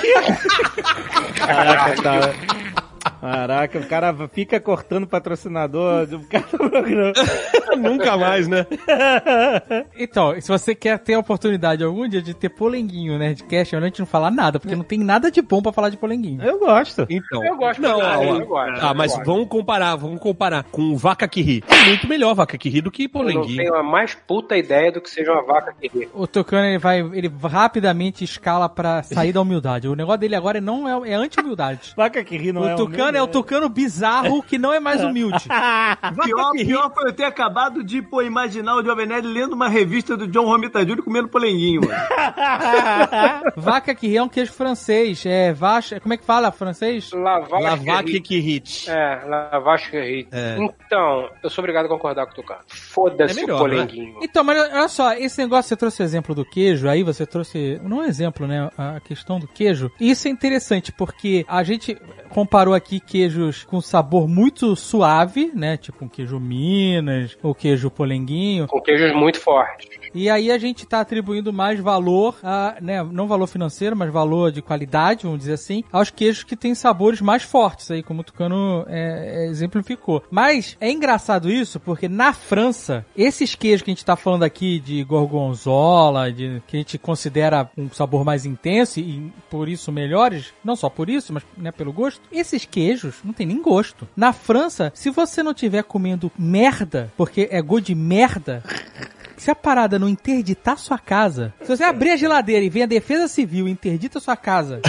Caraca, o cara fica cortando patrocinador do programa. Nunca mais, né? Então, se você quer ter a oportunidade algum dia de ter polenguinho, né, de cast, a gente não falar nada, porque não tem nada de bom pra falar de polenguinho. Eu gosto. Então. Eu gosto. Eu gosto. Mas vamos comparar com vaca Kiri. É muito melhor vaca Kiri do que polenguinho. Eu não tenho a mais puta ideia do que seja uma vaca Kiri. O Tucano, ele rapidamente escala pra sair da humildade. O negócio dele agora é anti-humildade. Vaca Kiri não é o Tucano é o Tucano bizarro que não é mais humilde. Pior foi eu ter acabado de imaginar o Jovem Nerd lendo uma revista do John Romita Jr. comendo polenguinho, mano. Vaca Kiri é um queijo francês. Como é que fala francês? La vache Kiri. La vache Kiri. Então, eu sou obrigado a concordar com o Tucano. Foda-se o polenguinho. Né? Então, mas olha só, esse negócio, você trouxe o exemplo do queijo, aí você trouxe, não é um exemplo, né, a questão do queijo. E isso é interessante, porque a gente comparou aqui queijos com sabor muito suave, né, tipo um queijo Minas, ou queijo polenguinho. Com queijos muito fortes. E aí a gente tá atribuindo mais valor, né, não valor financeiro, mas valor de qualidade, vamos dizer assim, aos queijos que têm sabores mais fortes, aí como o Tucano exemplificou. Mas é engraçado isso, porque na França, esses queijos que a gente tá falando aqui de gorgonzola, que a gente considera um sabor mais intenso e por isso melhores, não só por isso, mas né, pelo gosto, esses queijos não tem nem gosto. Na França, se você não estiver comendo merda, porque é gosto de merda, se a parada não interditar sua casa, se você abrir a geladeira e ver a Defesa Civil e interdita sua casa,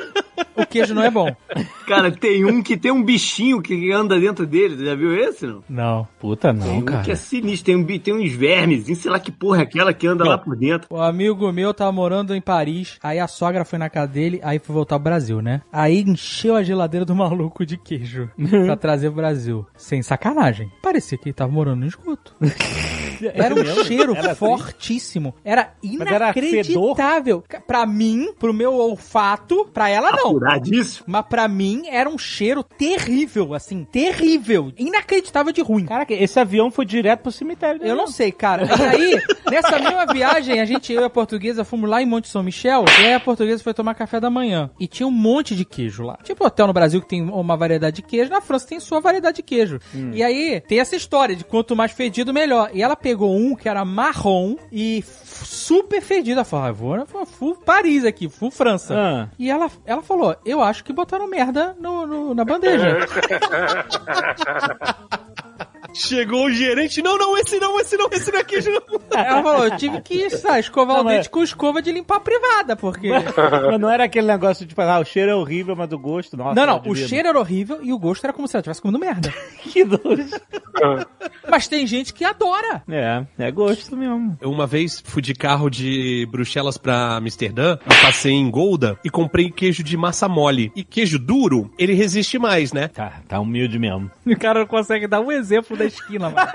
o queijo não é bom. Cara, tem um que tem um bichinho que anda dentro dele. Você já viu esse, não? Não. Puta não, tem cara. Um que é sinistro. Tem uns vermes, sei lá que porra é aquela que anda lá por dentro. O amigo meu tava morando em Paris, aí a sogra foi na casa dele, aí foi voltar ao Brasil, né? Aí encheu a geladeira do maluco de queijo pra trazer pro Brasil. Sem sacanagem. Parecia que ele tava morando no esgoto. Era um cheiro fortíssimo. Era inacreditável. Pra mim, pro meu olfato, pra ela não. Apuradíssimo. Mas pra mim era um cheiro terrível, assim, terrível. Inacreditável de ruim. Caraca, esse avião foi direto pro cemitério. Eu não sei, cara. E aí, nessa mesma viagem, eu e a portuguesa fomos lá em Monte São Michel, e aí a portuguesa foi tomar café da manhã. E tinha um monte de queijo lá. Tipo hotel no Brasil que tem uma variedade de queijo, na França tem sua variedade de queijo. E aí, tem essa história de quanto mais fedido, melhor. E ela pegou um que era marrom e super fedido. Ela falou, vou full Paris aqui, full França. E ela falou, eu acho que botaram merda na bandeja. Chegou o gerente, não, esse não é queijo não. Ela falou, eu tive que escovar o dente com escova de limpar a privada, porque... Mas não era aquele negócio de tipo, o cheiro é horrível, mas o gosto, nossa. Não, o cheiro era horrível e o gosto era como se ela estivesse comendo merda. Que doce. Mas tem gente que adora. É gosto mesmo. Eu uma vez fui de carro de Bruxelas pra Amsterdã, eu passei em Golda e comprei queijo de massa mole. E queijo duro, ele resiste mais, né? Tá humilde mesmo. O cara não consegue dar um exemplo da esquina, mano.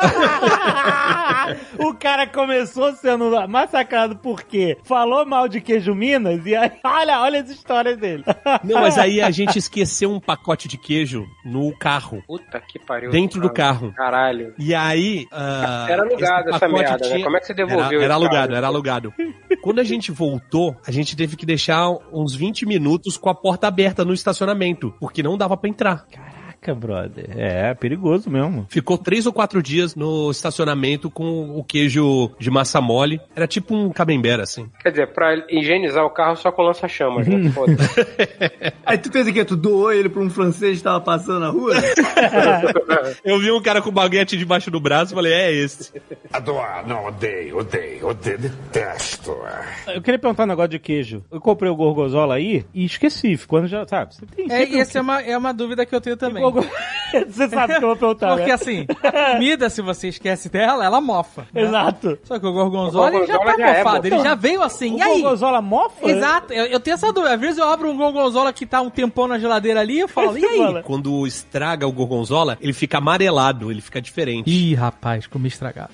O cara começou sendo massacrado porque falou mal de queijo Minas e aí, olha as histórias dele. Não, mas aí a gente esqueceu um pacote de queijo no carro. Puta que pariu. Dentro do carro. Caralho. E aí... era alugado essa merda, né? Como é que você devolveu Era esse alugado, carro? era alugado. Quando a gente voltou, a gente teve que deixar uns 20 minutos com a porta aberta no estacionamento, porque não dava pra entrar. Caraca, brother. É perigoso mesmo. Ficou 3 ou 4 dias no estacionamento com o queijo de massa mole. Era tipo um camembert, assim. Quer dizer, pra higienizar o carro só com lança-chamas, né? Foda-se. Aí tu fez o quê? Tu doou ele pra um francês que tava passando na rua? Eu vi um cara com baguete debaixo do braço e falei, é esse. Não, odeio, detesto. Eu queria perguntar um negócio de queijo. Eu comprei o gorgonzola aí e esqueci. Quando já, sabe? Você tem E essa é uma dúvida que eu tenho também. Você sabe que eu vou perguntar, porque né? assim, a comida, se você esquece dela, ela mofa. Né? Exato. Só que o gorgonzola, ele já tá mofado. Ele já veio assim. O e aí? gorgonzola mofa? Exato. Eu tenho essa dúvida. Às vezes eu abro um gorgonzola que tá um tempão na geladeira ali e eu falo, e aí? Quando estraga o gorgonzola, ele fica amarelado, ele fica diferente. Ih, rapaz, comi estragado.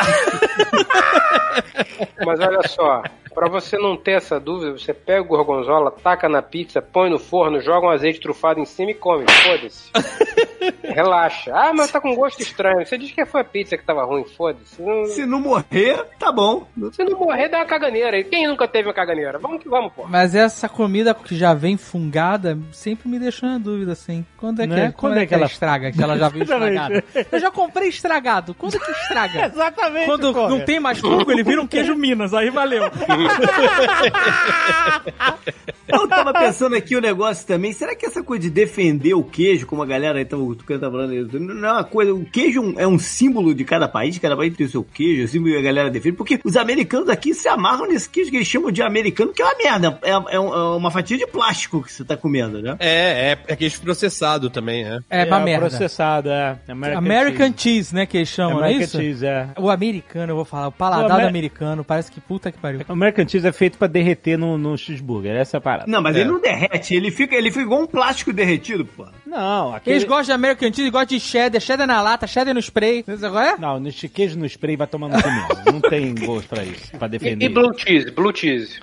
Mas olha só, pra você não ter essa dúvida, você pega o gorgonzola, taca na pizza, põe no forno, joga um azeite trufado em cima e come. Foda-se. Relaxa. Mas tá com gosto estranho. Você diz que foi a pizza que tava ruim, foda-se. Se não morrer, tá bom. Se não morrer, dá uma caganeira. E quem nunca teve uma caganeira? Vamos que vamos, pô. Mas essa comida que já vem fungada sempre me deixou na dúvida, assim. Quando é que, Né? quando é que ela estraga? Que ela já veio estragada. Eu já comprei estragado. Quando que estraga? Exatamente. Quando porra. não tem mais fungo, ele vira um queijo Minas. Aí valeu. Eu tava pensando aqui o negócio também. Será que essa coisa de defender o queijo, como a galera aí tava falando, não é uma coisa. O queijo é um símbolo de cada país tem o seu queijo, o símbolo que a galera defende. Porque os americanos aqui se amarram nesse queijo que eles chamam de americano, que é uma merda. É uma fatia de plástico que você tá comendo, né? É queijo processado também, é. É uma merda. Processado, American cheese, né, que eles chamam, não é American isso? cheese, é. O americano, eu vou falar, o paladar do americano, parece que puta que pariu. O American cheese é feito pra derreter no cheeseburger, essa é a parada. Não, mas ele não derrete, ele fica igual um plástico derretido, pô. Não, aquele... Eles gostam de American cheese, gostam de cheddar na lata, cheddar no spray. Você agora é? Não, nesse queijo no spray vai tomando no mesmo. Não tem gosto pra isso, pra defender. E blue cheese? Blue cheese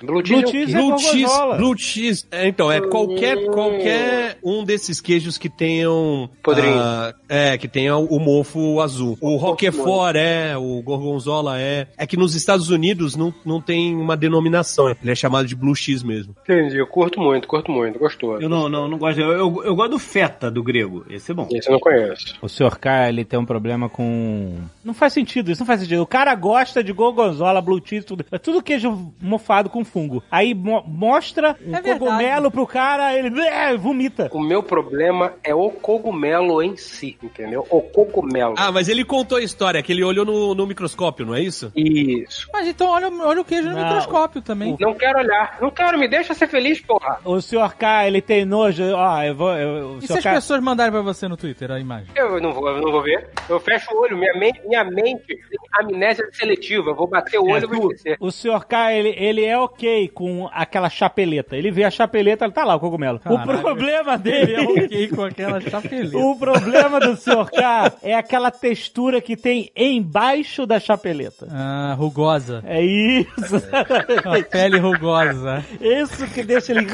Blue cheese. Então, é qualquer um desses queijos que tenham... Podrinho. Que tenha o mofo azul. O Roquefort o Gorgonzola é. É que nos Estados Unidos não tem uma denominação. Ele é chamado de blue cheese mesmo. Entendi, eu curto muito, gostoso. Eu não gosto. Eu gosto do feta do grego. Esse é bom. Esse eu não conheço. O Sr. K, ele tem um problema com... Não faz sentido, isso não faz sentido. O cara gosta de gorgonzola, blue cheese, tudo. É tudo queijo mofado com fungo. Aí mostra um cogumelo pro cara, ele vomita. O meu problema é o cogumelo em si, entendeu? O cogumelo. Mas ele contou a história, que ele olhou no microscópio, não é isso? Isso. Mas então olha o queijo no microscópio também. Não quero olhar. Não quero, me deixa ser feliz, porra. O Sr. K, ele tem nojo. E se as pessoas mandarem pra você no Twitter a imagem? Eu não vou ver. Eu fecho o olho. Minha mente tem amnésia seletiva. Eu vou bater o olho e vou esquecer. O Sr. K, ele é ok com aquela chapeleta. Ele vê a chapeleta, tá lá o cogumelo. Caralho. O problema dele é ok com aquela chapeleta. O problema do Sr. K é aquela textura que tem embaixo da chapeleta. Rugosa. É isso. A pele rugosa. Isso que deixa ele...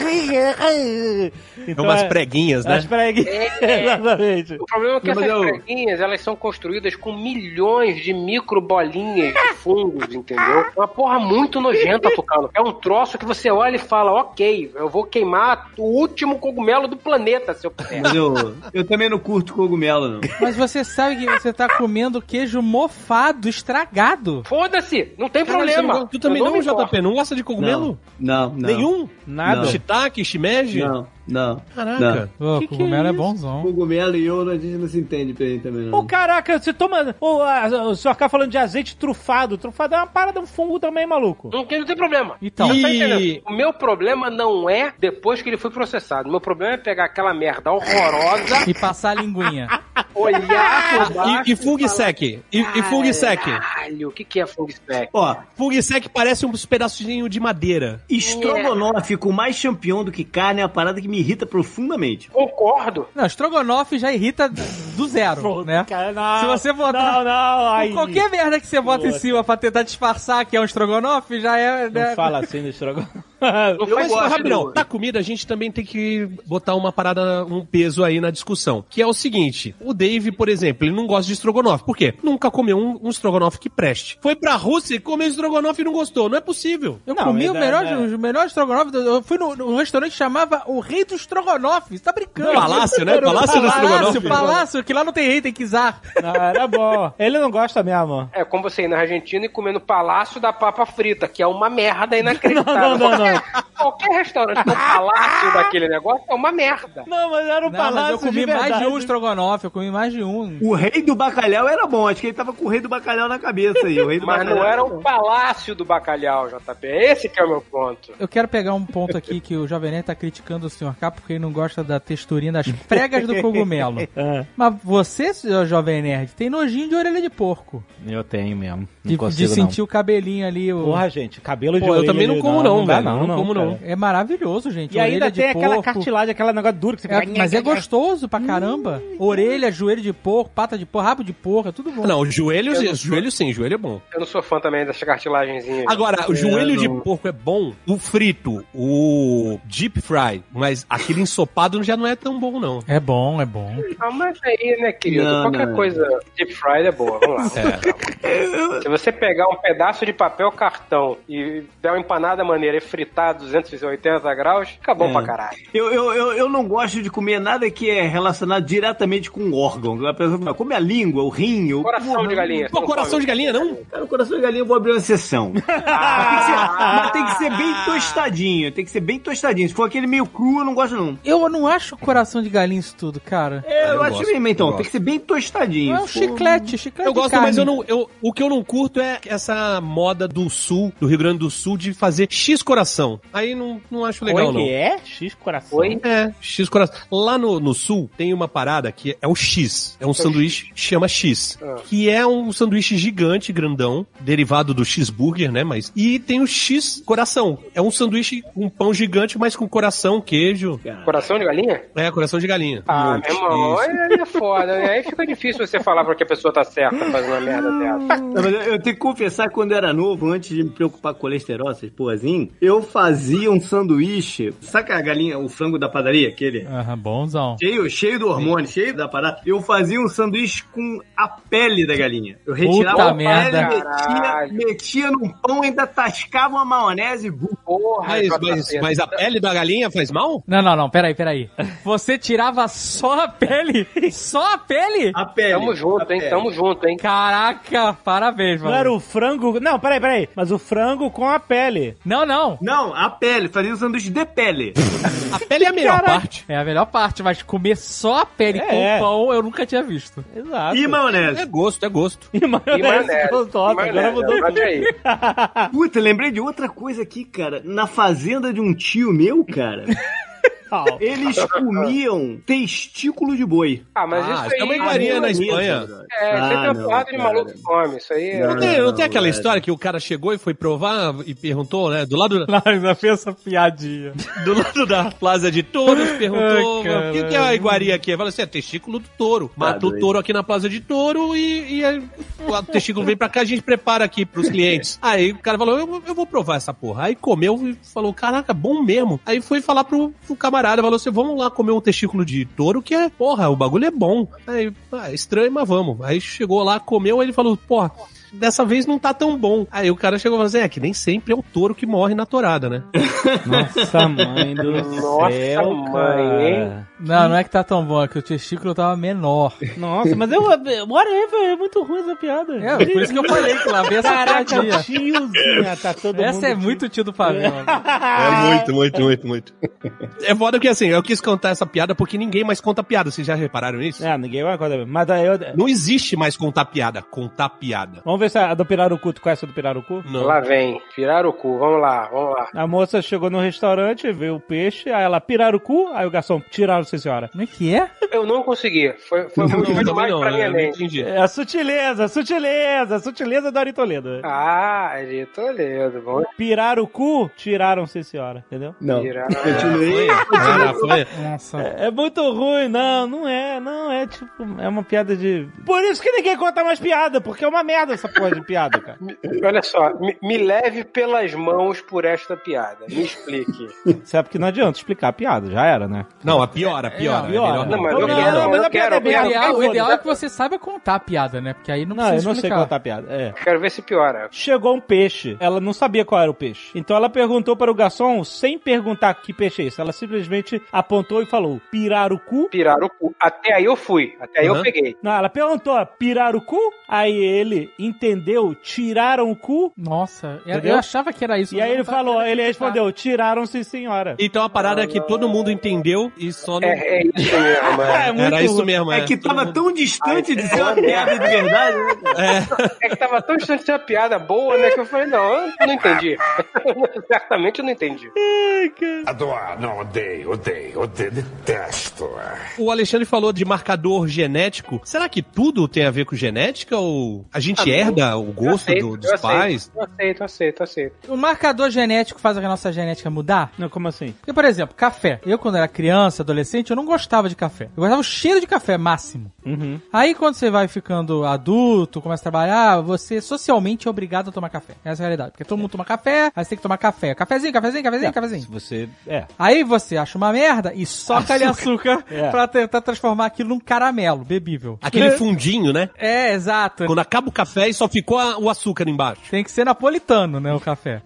Então, umas preguinhas, né? As preguinhas, exatamente. O problema é que essas preguinhas, elas são construídas com milhões de micro bolinhas de fungos, entendeu? É uma porra muito nojenta, Tucano. É um troço que você olha e fala, ok, eu vou queimar o último cogumelo do planeta, se eu puder. Mas eu também não curto cogumelo, não. Mas você sabe que você tá comendo queijo mofado, estragado. Foda-se, não tem problema. Tu também não, JP? Não gosta de cogumelo? Não. Nenhum? Nada? Shiitake, shimeji? Não. Não. Caraca. Ô, Que cogumelo é é isso? bonzão. Cogumelo e eu, a gente não se entende bem também, não. Ô, caraca, você toma... o senhor cá falando de azeite trufado. Trufado é uma parada, um fungo também, maluco. Não tem problema. Então. Você tá entendendo? O meu problema não é depois que ele foi processado. O meu problema é pegar aquela merda horrorosa, E passar a linguinha. olhar por baixo E Fug Sec. E Fug Sec. Caralho, o que é Fug Sec? Ó, Fug Sec parece uns pedacinhos de madeira. estrogonofe com mais champignon do que carne é uma parada que me irrita profundamente. Concordo. Não, estrogonofe já irrita do zero, né? Cara, não, Se você botar... Não, aí... Qualquer merda que você bota em cima pra tentar disfarçar que é um estrogonofe, já é... Não fala assim do estrogonofe. Não Mas, gosto rapidão, do- na comida a gente também tem que botar uma parada, um peso aí na discussão. Que é o seguinte, o Dave, por exemplo, ele não gosta de estrogonofe. Por quê? Nunca comeu um estrogonofe que preste. Foi pra Rússia e comeu estrogonofe e não gostou. Não é possível. Eu Não, comi é o da- melhor, da- os melhores estrogonofe. Eu fui num restaurante que chamava o Rei do Estrogonofe. Você tá brincando? Palácio, né? Palácio do estrogonofe. Palácio, que lá não tem rei, tem czar. Não, era bom. Ele não gosta mesmo. É como você ir na Argentina e comer no Palácio da Papa Frita, que é uma merda inacreditável. Não. Qualquer restaurante com palácio daquele negócio é uma merda. Não, mas era um Não, mas palácio eu comi de mais de verdade. um estrogonofe, eu comi mais de um. O rei do bacalhau era bom, acho que ele tava com o rei do bacalhau na cabeça aí. O rei do Mas bacalhau não era o Palácio do Bacalhau, JP. Esse que é o meu ponto. Eu quero pegar um ponto aqui que o Jovem Nerd tá criticando o Sr. K porque ele não gosta da texturinha das pregas do cogumelo. É. Mas você, seu Jovem Nerd, tem nojinho de orelha de porco. Eu tenho mesmo. Não De consigo, sentir o cabelinho ali. Porra, gente, cabelo de Pô, eu orelha também não como não, dá velho. Não como cara. não. É maravilhoso, gente. E ainda orelha de tem aquela porco. cartilagem, aquela negócio duro que você fica... Mas é gostoso pra caramba. Orelha, joelho de porco, pata de porco, rabo de porco, é tudo bom. Não, joelho sim, joelho é bom. Eu não sou fã também dessa cartilagenzinha. Agora, o joelho de porco é bom, o frito, o deep fry, mas aquele ensopado já não é tão bom, não. É bom, é bom. Ah, mas aí, né, querido? Não, Qualquer não. coisa deep fried é boa. Vamos lá. Se você pegar um pedaço de papel cartão e der uma empanada maneira e fritar a 280 graus, fica bom pra caralho. Eu não gosto de comer nada que é relacionado diretamente com o órgão. A pessoa fala, come a língua, o rim, o Coração de galinha. Pô, coração de galinha, não? Cara, o coração de galinha eu vou abrir uma exceção. Mas tem que ser bem tostadinho. Tem que ser bem tostadinho. Se for aquele meio cru, eu não gosto, não. Eu não acho coração de galinha isso tudo, cara. Eu acho gosto, mesmo, então. eu Tem que ser bem tostadinho. Não é um Se for- chiclete Eu de gosto, carne. mas o que eu não curto é essa moda do sul, do Rio Grande do Sul, de fazer X coração. Aí não acho legal, Oi, não. que é? X coração. Oi? É, X coração. Lá no sul tem uma parada que é o X. É um sanduíche que chama X. Que é um sanduíche gigante, grandão, derivado do cheeseburger, né? Mas. E tem o X coração. É um sanduíche com pão gigante, mas com coração, queijo. Coração de galinha? É, coração de galinha. Ah, meu irmão, aí é foda, né? Aí fica difícil você falar pra que a pessoa tá certa fazendo uma merda dessa. Não, mas eu tenho que confessar que quando eu era novo, antes de me preocupar com colesterol, essas porrazinhas, eu fazia um sanduíche. Sabe a galinha, o frango da padaria, aquele? Aham, bonzão. Cheio do hormônio, cheio da parada. Eu fazia um sanduíche com a pele da galinha. Eu retirava Puta a pele, merda. metia num pão, ainda tascava uma maionese. Porra, Mas a pele da galinha faz mal? Não, peraí. Você tirava só a pele? Só a pele? A pele. Tamo junto, hein? Tamo junto, hein? Caraca, parabéns, Não mano. era o frango... Não, peraí. Mas o frango com a pele. Não. Não, a pele. Fazia um sanduíche de pele. A pele é a melhor parte. É a melhor parte, mas comer só a pele É. com pão eu nunca tinha visto. Exato. E maionese. É gosto. E maionese. Nossa, agora mudou. Pode aí. Puta, lembrei de outra coisa aqui, cara. Na fazenda de um tio meu, cara, eles comiam testículo de boi. Ah, mas isso aí... é uma iguaria na Espanha. É, você tem uma não, porrada de cara. maluco que come, isso aí... Não, Não tem aquela velho. história que o cara chegou e foi provar e perguntou, né? Do lado Ainda fez essa piadinha. da Plaza de Touros, perguntou: Ai, cara. o que é a iguaria aqui? Fala assim: é testículo do touro. Mata o doido. touro aqui na Plaza de Touro e aí o testículo vem pra cá, a gente prepara aqui pros clientes. Aí o cara falou: eu vou provar essa porra. Aí comeu e falou: caraca, bom mesmo. Aí foi falar pro camarada, falou assim: vamos lá comer um testículo de touro, que é, porra, o bagulho é bom. Aí, estranho, mas vamos. Aí chegou lá, comeu, aí ele falou: porra, dessa vez não tá tão bom. Aí o cara chegou e falou assim: que nem sempre é o touro que morre na torada, né? Nossa, mãe do Nossa, céu, mãe, cara. hein? Não é que tá tão bom, é que o testículo tava menor. Nossa, mas whatever, é muito ruim essa piada. É, por isso que eu falei que lá vem essa piadinha. Tiozinha, tá todo mundo... Essa é muito tio do Pavel. É muito. É foda que assim, eu quis contar essa piada porque ninguém mais conta piada. Vocês já repararam nisso? Ninguém vai contar. Mas daí eu... Não existe mais contar piada. Vamos ver se a do Pirarucu, tu conhece a do Pirarucu? Não. Lá vem, Pirarucu, vamos lá. A moça chegou no restaurante, veio o peixe, aí ela, Pirarucu, aí o garçom, tiraram, sim senhora. Como é que é? Eu não consegui. Foi muito demais pra minha mente. É a sutileza do Ari Toledo. Ah, Ari Toledo, bom. Pirarucu, tiraram, sim senhora, entendeu? Não. Continuei. Foi. Nossa. É muito ruim, não é tipo, é uma piada de... Por isso que ninguém conta mais piada, porque é uma merda essa porra de piada, cara. Olha só, me leve pelas mãos por esta piada, me explique. Sabe que não adianta explicar a piada, já era, né? Não, a piora. piora. Não, mas Não, eu não, quero, mas eu a piada quero. é bem O ideal é que você saiba contar a piada, né? Porque aí não precisa eu não sei explicar. contar a piada, Quero ver se piora. Chegou um peixe, ela não sabia qual era o peixe. Então ela perguntou para o garçom, sem perguntar que peixe é esse. Ela simplesmente apontou e falou, pirarucu. Pirarucu. Até aí eu fui, até aí eu peguei. Não, ela perguntou, pirarucu? Aí ele entendeu, tiraram o cu? Nossa, Entendeu? eu achava que era isso. E aí ele respondeu, tiraram, sim senhora. Então a parada é que todo mundo entendeu e só não... É isso mesmo, Era isso mesmo, É que tava tão distante de ser uma piada de verdade, né? É que tava tão distante de ser uma piada boa, né? Que eu falei, não, eu não entendi. Certamente eu não entendi. Não, odeio, detesto. O Alexandre falou de marcador genético. Será que tudo tem a ver com genética ou a gente herda o gosto dos pais? Eu aceito. O marcador genético faz a nossa genética mudar? Não, como assim? Porque, por exemplo, café. Eu, quando era criança, adolescente, eu não gostava de café. Eu gostava do cheiro de café, máximo. Uhum. Aí, quando você vai ficando adulto, começa a trabalhar, você socialmente é obrigado a tomar café. Essa é a realidade. Porque todo mundo toma café, aí você tem que tomar café. Cafezinho. Você... Aí você acha uma merda e soca ali açúcar É. pra tentar transformar aquilo num caramelo bebível. Aquele fundinho, né? É, exato. Quando acaba o café e só ficou o açúcar embaixo. Tem que ser napolitano, né, o café.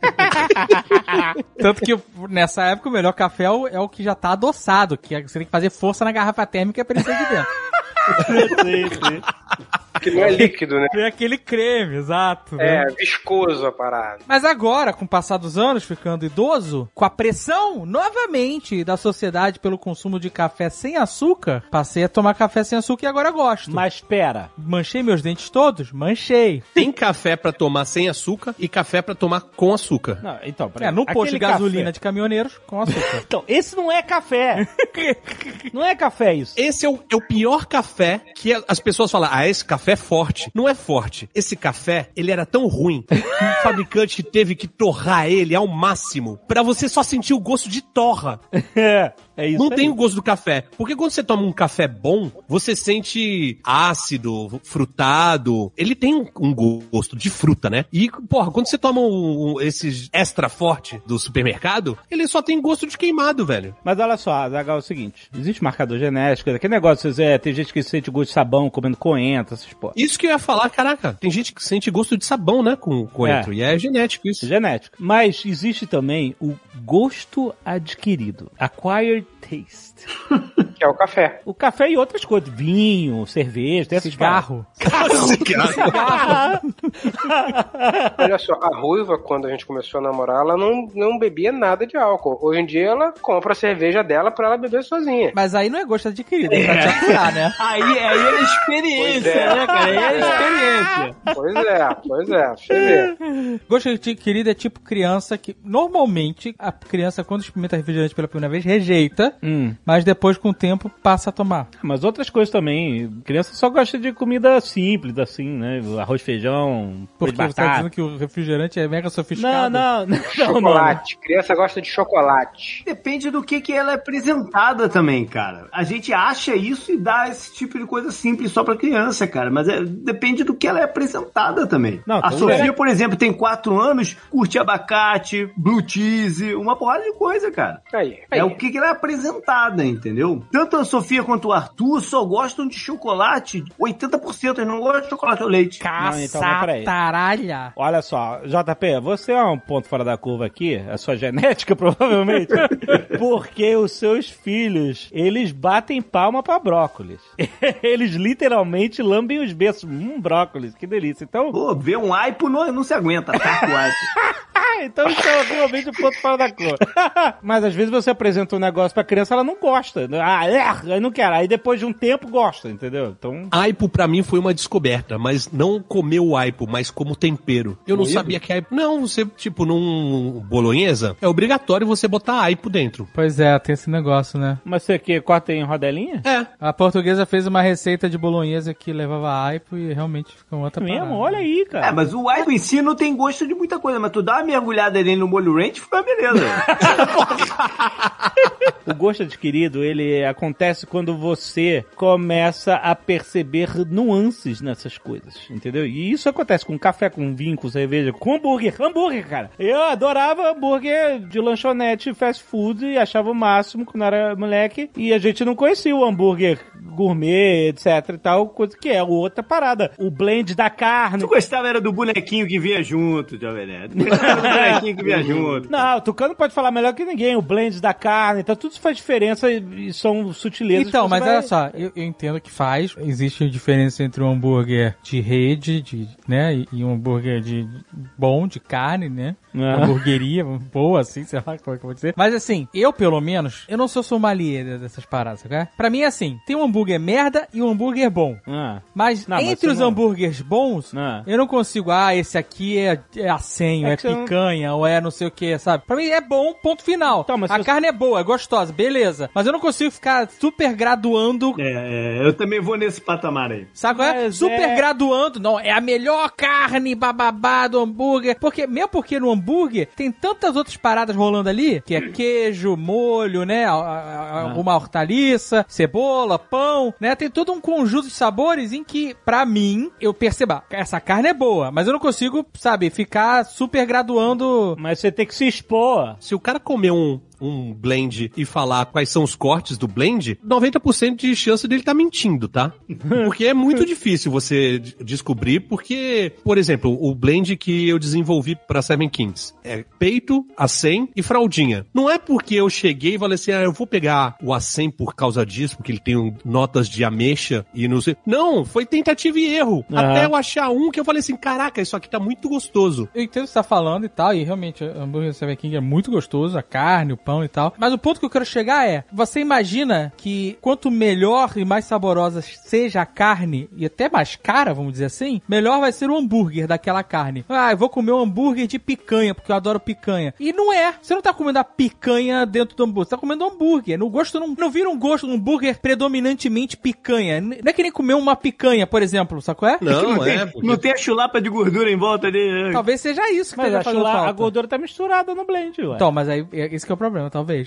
Tanto que nessa época o melhor café é o que já tá adoçado, que você tem que fazer força na garrafa térmica pra ele sair de dentro. Sim. Que não é líquido, né? É aquele creme, exato. É, né? viscoso a parada. Mas agora, com o passar dos anos, ficando idoso, com a pressão, novamente, da sociedade pelo consumo de café sem açúcar, passei a tomar café sem açúcar e agora gosto. Mas pera. Manchei meus dentes todos? Manchei. Tem café pra tomar sem açúcar e café pra tomar com açúcar. Não, então, peraí. No posto de Aquele gasolina café- de caminhoneiros, com açúcar. Então, esse não é café. Não é café isso. Esse é o pior café que as pessoas falam, esse café é forte. Não é forte. Esse café, ele era tão ruim que o fabricante teve que torrar ele ao máximo pra você só sentir o gosto de torra. É isso Não aí. tem o gosto do café. Porque quando você toma um café bom, você sente ácido, frutado. Ele tem um gosto de fruta, né? E, porra, quando você toma esses extra forte do supermercado, ele só tem gosto de queimado, velho. Mas olha só, Zagal, é o seguinte. Existe marcador genético, aquele negócio, tem gente que sente gosto de sabão comendo coentro, essas porra. Isso que eu ia falar, caraca, tem gente que sente gosto de sabão, né, com coentro. E é genético isso. Genético. Mas existe também o gosto adquirido. Acquired taste. Que é o café. O café e outras coisas. Vinho, cerveja, tem essas Cigarro. Olha só, a Ruiva, quando a gente começou a namorar, ela não bebia nada de álcool. Hoje em dia, ela compra a cerveja dela pra ela beber sozinha. Mas aí não é gosto adquirido, é pra te aturar, né? Aí era experiência, Pois é. né, cara? Aí era experiência. Pois é. Deixa eu ver. Gosto adquirido é tipo criança que, normalmente, a criança, quando experimenta refrigerante pela primeira vez, rejeita, mas depois, com o tempo, passa a tomar. Mas outras coisas também. Criança só gosta de comida simples, assim, né? Arroz, feijão, Porque purê de você tá batata. dizendo que o refrigerante é mega sofisticado. Não. Chocolate. Criança gosta de chocolate. Depende do que ela é apresentada também, cara. A gente acha isso e dá esse tipo de coisa simples só pra criança, cara. Mas depende do que ela é apresentada também. Não, A tudo Sofia, bem. por exemplo, tem 4 anos, curte abacate, blue cheese, uma porrada de coisa, cara. Aí. É o que ela é apresentada, entendeu? Tanto a Sofia quanto o Arthur só gostam de chocolate 80% outras não gostam de chocolate ao leite. Não, então, mas peraí. Caçataralha. Olha só, JP, você é um ponto fora da curva aqui, a sua genética provavelmente, porque os seus filhos, eles batem palma pra brócolis. Eles literalmente lambem os beços. Brócolis, que delícia. Então... Pô, ver um aipo não se aguenta, tá com o aipo. Então isso é realmente um ponto fora da curva. Mas às vezes você apresenta um negócio pra criança, ela não gosta. Aí não quer. Aí depois de um tempo gosta, entendeu? Então... Aipo pra mim foi uma descoberta, mas não comer o aipo, mas como tempero. Eu não sabia que aipo... Não, você, tipo, num bolonhesa, é obrigatório você botar aipo dentro. Pois é, tem esse negócio, né? Mas você que corta em rodelinha? É. A portuguesa fez uma receita de bolonhesa que levava aipo e realmente fica uma outra Mesmo? parada. Olha aí, cara. Mas o aipo em si não tem gosto de muita coisa, mas tu dá uma mergulhada nele no molho ranch, fica uma beleza. O gosto adquirido, ele acontece quando você começa a perceber nuances nessas coisas, entendeu? E isso acontece com café, com vinho, com cerveja, com hambúrguer. Hambúrguer, cara. Eu adorava hambúrguer de lanchonete, fast food, e achava o máximo quando era moleque. E a gente não conhecia o hambúrguer gourmet, etc e tal, coisa que é outra parada. O blend da carne. Tu gostava era do bonequinho que vinha junto, Jovem Nerd. Tu gostava do bonequinho que vinha junto. Não, o Tucano pode falar melhor que ninguém. O blend da carne, então tudo isso faz diferença e são sutilezas. Então, mas olha só, eu entendo que faz. Existe diferença entre um hambúrguer de rede, né, e um hambúrguer de carne, né? Uma hamburgueria boa, assim, sei lá como é que eu vou dizer. Mas assim, eu pelo menos, eu não sou sommelier dessas paradas, sabe? Pra mim é assim, tem um hambúrguer merda e um hambúrguer bom. Mas entre os hambúrgueres bons, eu não consigo, esse aqui é acenho, é picanha, ou é não sei o que, sabe? Pra mim é bom, ponto final. Então, mas a carne é boa, é gostosa, beleza. Mas eu não consigo ficar super graduando. Eu também vou nesse patamar aí. Sabe qual é? Super graduando. Não, é a melhor carne bababá do hambúrguer. Mesmo porque no hambúrguer tem tantas outras paradas rolando ali, que é queijo, molho, né? Alguma hortaliça, cebola, pão, né? Tem todo um conjunto de sabores em que, pra mim, eu perceba, essa carne é boa, mas eu não consigo, sabe, ficar super graduando. Mas você tem que se expor. Se o cara comer um blend e falar quais são os cortes do blend, 90% de chance dele tá mentindo, tá? Porque é muito difícil você descobrir, porque, por exemplo, o blend que eu desenvolvi pra Seven Kings é peito, acém e fraldinha. Não é porque eu cheguei e falei assim, eu vou pegar o acém por causa disso, porque ele tem notas de ameixa e não sei. Não, foi tentativa e erro. Até eu achar um que eu falei assim, caraca, isso aqui tá muito gostoso. Eu entendo o que você tá falando e tal, e realmente o hambúrguer Seven King é muito gostoso, a carne, o pão e tal. Mas o ponto que eu quero chegar é, você imagina que quanto melhor e mais saborosa seja a carne, e até mais cara, vamos dizer assim, melhor vai ser o hambúrguer daquela carne. Eu vou comer um hambúrguer de picanha, porque eu adoro picanha. E não é. Você não tá comendo a picanha dentro do hambúrguer, você tá comendo hambúrguer. No gosto não vira um gosto, um hambúrguer predominantemente picanha. Não é que nem comer uma picanha, por exemplo, sabe qual é? Não tem a chulapa de gordura em volta dele. Talvez seja isso que esteja fazendo falta. A gordura tá misturada no blend, ué. Então, mas aí, esse que é o problema, talvez.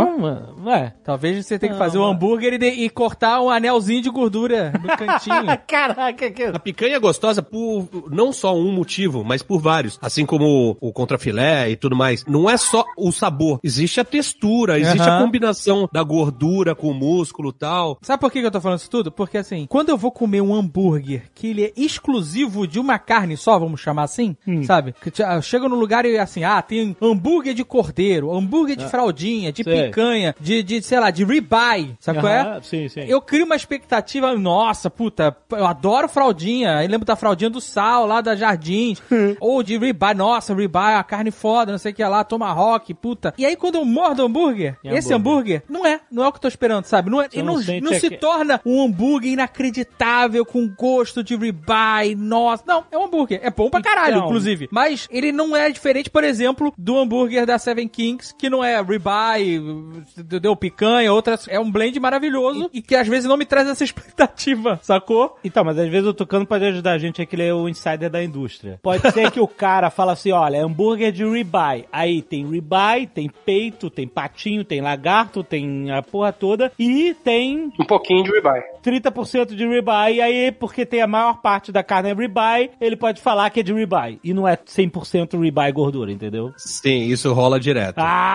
Talvez você tenha que fazer o hambúrguer e cortar um anelzinho de gordura no cantinho. Caraca, que... A picanha é gostosa por não só um motivo, mas por vários. Assim como o contrafilé e tudo mais. Não é só o sabor, existe a textura, existe a combinação da gordura com o músculo e tal. Sabe por que eu tô falando isso tudo? Porque assim, quando eu vou comer um hambúrguer que ele é exclusivo de uma carne só, vamos chamar assim, sabe? Que chega no lugar e assim, tem hambúrguer de cordeiro, hambúrguer de fraldinha, de picanha, sei lá, de ribeye, sabe qual é? Sim. Eu crio uma expectativa, nossa, puta, eu adoro fraldinha, aí lembro da fraldinha do Sal, lá da Jardins, ou de ribeye, nossa, ribeye, a carne foda, não sei o que lá, tomahawk, puta. E aí quando eu mordo o hambúrguer, esse hambúrguer, não é o que eu tô esperando, sabe? Não se torna um hambúrguer inacreditável, com gosto de ribeye, nossa, não, é um hambúrguer, é bom pra caralho, inclusive, mas ele não é diferente, por exemplo, do hambúrguer da Seven Kings, que não é ribeye, deu picanha, outras, é um blend maravilhoso e que às vezes não me traz essa expectativa, sacou? Então, mas às vezes o Tucano pode ajudar a gente, que ele é o insider da indústria. Pode ser que o cara fala assim, olha, hambúrguer de ribeye, aí tem ribeye, tem peito, tem patinho, tem lagarto, tem a porra toda e tem... um pouquinho de ribeye. 30% de ribeye, e aí, porque tem a maior parte da carne é ribeye, ele pode falar que é de ribeye. E não é 100% ribeye gordura, entendeu? Sim, isso rola direto. Tá vendo?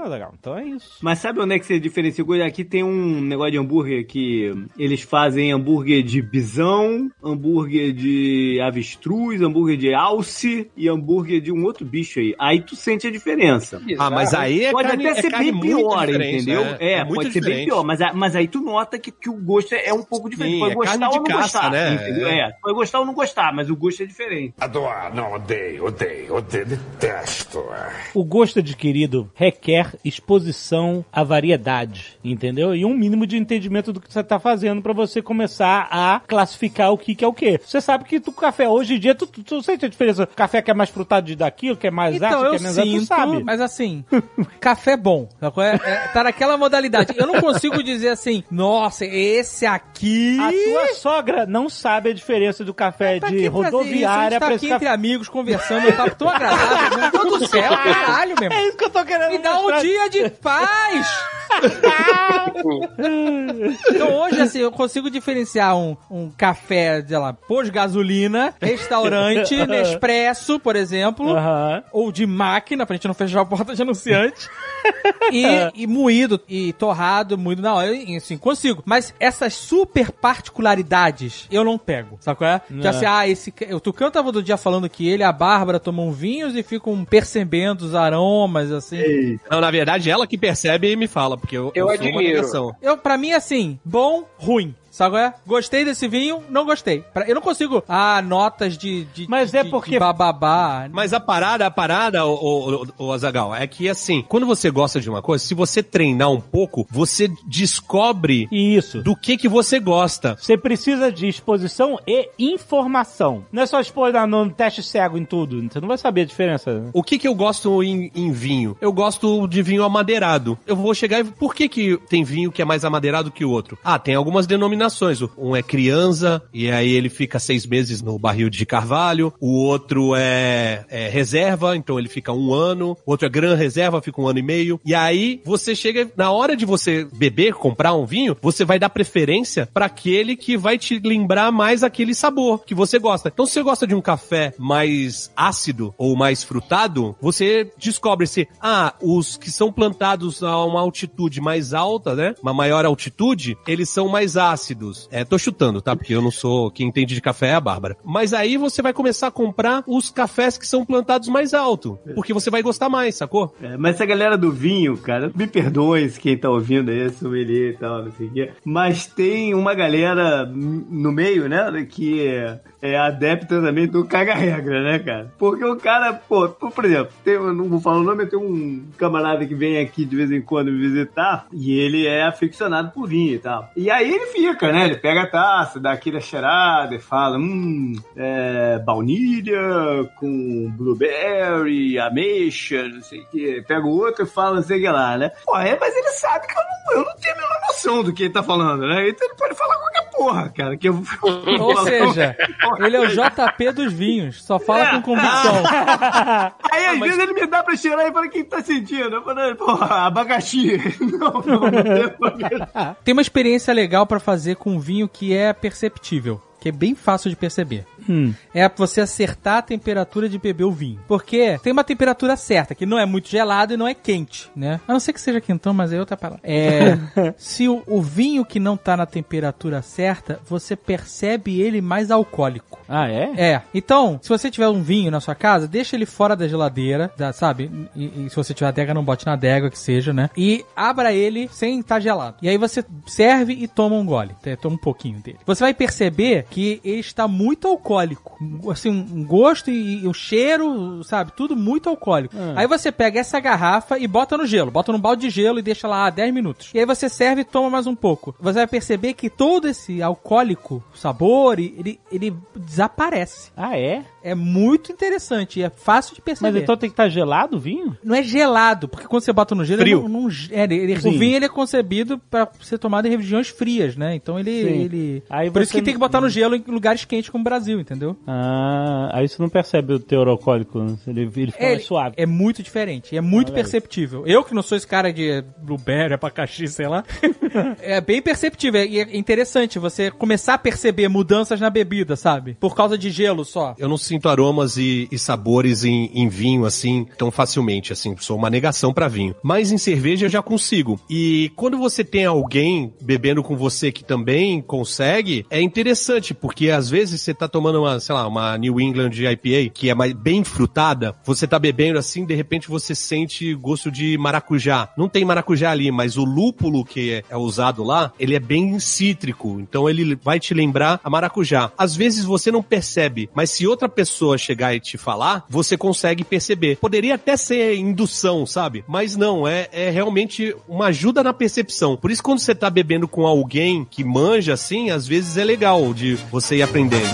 vendo, Azaghal? Então é isso. Mas sabe onde é que você diferencia? Aqui tem um negócio de hambúrguer que eles fazem hambúrguer de bisão, hambúrguer de avestruz, hambúrguer de alce e hambúrguer de um outro bicho aí. Aí tu sente a diferença. Mas aí pode carne, até ser bem pior, entendeu? Né? Pode ser bem pior, mas aí tu nota que o gosto é um pouco diferente. Sim, pode gostar carne ou de não caça, gostar, né? Entendeu? Pode gostar ou não gostar, mas o gosto é diferente. Não, odeio, detesto. O gosto adquirido requer exposição à variedade, entendeu? E um mínimo de entendimento do que você tá fazendo pra você começar a classificar o que é o quê. Você sabe que o café, hoje em dia, tu sente a diferença. O café que é mais frutado daquilo, que é mais ácido, que é menos ácido, tu sabe. Mas assim, café bom. Tá naquela modalidade. Eu não consigo dizer assim, nossa, esse aqui... A tua sogra não sabe a diferença do café de rodoviária pra esse café. Entre amigos conversando, eu tava tão agradável. Meu Deus do céu, caralho, mesmo. É isso que eu tô querendo. Me dá um dia de paz. Então hoje, assim, eu consigo diferenciar um café, sei lá, pós-gasolina, restaurante, Nespresso, por exemplo, ou de máquina, pra gente não fechar a porta de anunciante. E moído, e torrado, moído na hora, assim, consigo. Mas essas super particularidades, eu não pego, sabe qual é? Que assim, o Tucano tava do dia falando que ele e a Bárbara tomam vinhos e ficam percebendo os aromas, assim. Não, na verdade, ela que percebe e me fala, porque eu sou admiro. uma negação. Pra mim, assim, bom, ruim. Sabe qual é? Gostei desse vinho, não gostei. Eu não consigo, notas de mas é porque... de bababá. Mas a parada, o Azaghal, é que assim, quando você gosta de uma coisa, se você treinar um pouco, você descobre isso do que você gosta. Você precisa de exposição e informação. Não é só expor no teste cego em tudo. Você não vai saber a diferença. O que eu gosto em vinho? Eu gosto de vinho amadeirado. Eu vou chegar e... Por que tem vinho que é mais amadeirado que o outro? Tem algumas denominações. Um é criança, e aí ele fica 6 meses no barril de carvalho. O outro é reserva, então ele fica 1 ano. O outro é gran reserva, fica 1 ano e meio. E aí você chega, na hora de você beber, comprar um vinho, você vai dar preferência para aquele que vai te lembrar mais aquele sabor que você gosta. Então se você gosta de um café mais ácido ou mais frutado, você descobre se, os que são plantados a uma altitude mais alta, né? Uma maior altitude, eles são mais ácidos. Tô chutando, tá? Porque eu não sou... Quem entende de café é a Bárbara. Mas aí você vai começar a comprar os cafés que são plantados mais alto. Porque você vai gostar mais, sacou? Mas essa galera do vinho, cara, me perdoem quem tá ouvindo aí, sommelier e tal, não sei o quê. Mas tem uma galera no meio, né? Que é adepta também do caga-regra, né, cara? Porque o cara, por exemplo, eu não vou falar o nome, eu tenho um camarada que vem aqui de vez em quando me visitar e ele é aficionado por vinho e tal. E aí ele fica, né? Ele pega a taça, dá aquela cheirada e fala, baunilha com blueberry, ameixa, não sei o que. Pega o outro e fala não sei o que lá, né? Mas ele sabe que eu não tenho a menor noção do que ele tá falando, né? Então ele pode falar qualquer porra, cara. Ou seja, ele é o JP dos vinhos, só fala com convicção. Aí às vezes ele me dá pra cheirar e fala, o que tá sentindo? Eu falo, abacaxi. Não tem. Tem uma experiência legal pra fazer com vinho que é perceptível, que é bem fácil de perceber. É você acertar a temperatura de beber o vinho. Porque tem uma temperatura certa, que não é muito gelado e não é quente, né? A não ser que seja quentão, mas aí outra palavra. Se o vinho que não tá na temperatura certa, você percebe ele mais alcoólico. É? Então, se você tiver um vinho na sua casa, deixa ele fora da geladeira, sabe? E se você tiver adega, não bote na adega, que seja, né? E abra ele sem estar gelado. E aí você serve e toma um gole. Toma um pouquinho dele. Você vai perceber que ele está muito alcoólico. Assim, um gosto e um cheiro, sabe? Tudo muito alcoólico. Aí você pega essa garrafa e bota no gelo. Bota num balde de gelo e deixa lá 10 minutos. E aí você serve e toma mais um pouco. Você vai perceber que todo esse alcoólico, sabor, ele desaparece. É? É muito interessante e é fácil de perceber. Mas então tem que estar gelado o vinho? Não é gelado, porque quando você bota no gelo... Frio. O vinho ele é concebido para ser tomado em regiões frias, né? Então ele... Aí por isso que tem que botar no gelo em lugares quentes como o Brasil, entendeu? Aí você não percebe o teor alcoólico, né? Ele fica mais suave. É muito diferente, é muito perceptível. Eu que não sou esse cara de blueberry, abacaxi, sei lá, é bem perceptível. E é interessante você começar a perceber mudanças na bebida, sabe? Por causa de gelo só. Eu não sinto aromas e sabores em vinho, assim, tão facilmente, assim. Sou uma negação pra vinho. Mas em cerveja eu já consigo. E quando você tem alguém bebendo com você que também consegue, é interessante, porque às vezes você tá tomando uma New England IPA, que é bem frutada, você tá bebendo assim, de repente você sente gosto de maracujá. Não tem maracujá ali, mas o lúpulo que é usado lá, ele é bem cítrico, então ele vai te lembrar a maracujá. Às vezes você não percebe, mas se outra pessoa chegar e te falar, você consegue perceber. Poderia até ser indução, sabe? Mas não, é realmente uma ajuda na percepção. Por isso, quando você tá bebendo com alguém que manja, assim, às vezes é legal de você ir aprendendo.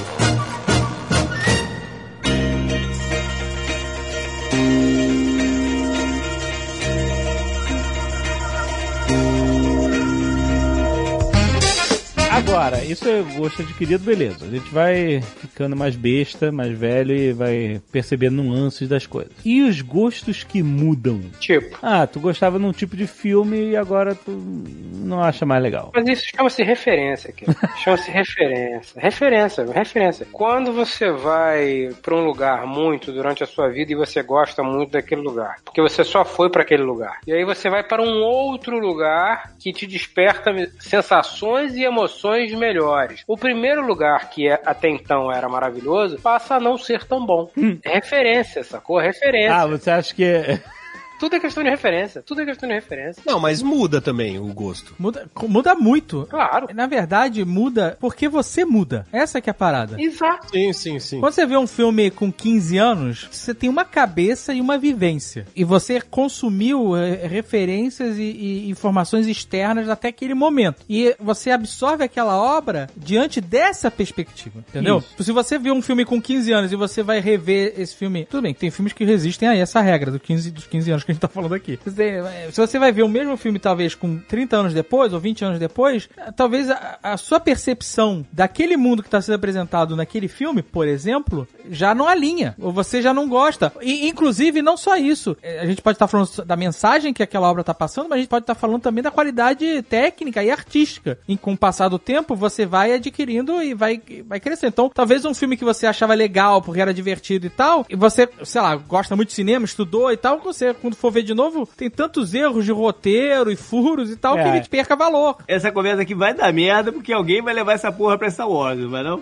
Agora, isso é gosto adquirido, beleza. A gente vai ficando mais besta, mais velho e vai percebendo nuances das coisas. E os gostos que mudam? Tipo? Tu gostava num tipo de filme e agora tu não acha mais legal. Mas isso chama-se referência aqui. Chama-se referência. Referência. Quando você vai pra um lugar muito durante a sua vida e você gosta muito daquele lugar, porque você só foi pra aquele lugar. E aí você vai para um outro lugar que te desperta sensações e emoções melhores. O primeiro lugar, que até então era maravilhoso, passa a não ser tão bom. É referência, sacou? Referência. Você acha que... Tudo é questão de referência. Não, mas muda também o gosto. Muda muito. Claro. Na verdade, muda porque você muda. Essa que é a parada. Exato. Sim. Quando você vê um filme com 15 anos, você tem uma cabeça e uma vivência. E você consumiu referências e informações externas até aquele momento. E você absorve aquela obra diante dessa perspectiva. Entendeu? Isso. Se você vê um filme com 15 anos e você vai rever esse filme... Tudo bem, tem filmes que resistem a essa regra dos 15 anos que a gente tá falando aqui. Se você vai ver o mesmo filme, talvez, com 30 anos depois, ou 20 anos depois, talvez a sua percepção daquele mundo que está sendo apresentado naquele filme, por exemplo, já não alinha. Ou você já não gosta. E, inclusive, não só isso. A gente pode estar falando da mensagem que aquela obra está passando, mas a gente pode estar falando também da qualidade técnica e artística. E com o passar do tempo, você vai adquirindo e vai crescendo. Então, talvez um filme que você achava legal, porque era divertido e tal, e você, sei lá, gosta muito de cinema, estudou e tal, você, quando for ver de novo, tem tantos erros de roteiro e furos e tal, que ele perca valor. Essa conversa aqui vai dar merda, porque alguém vai levar essa porra pra Star Wars, não vai não?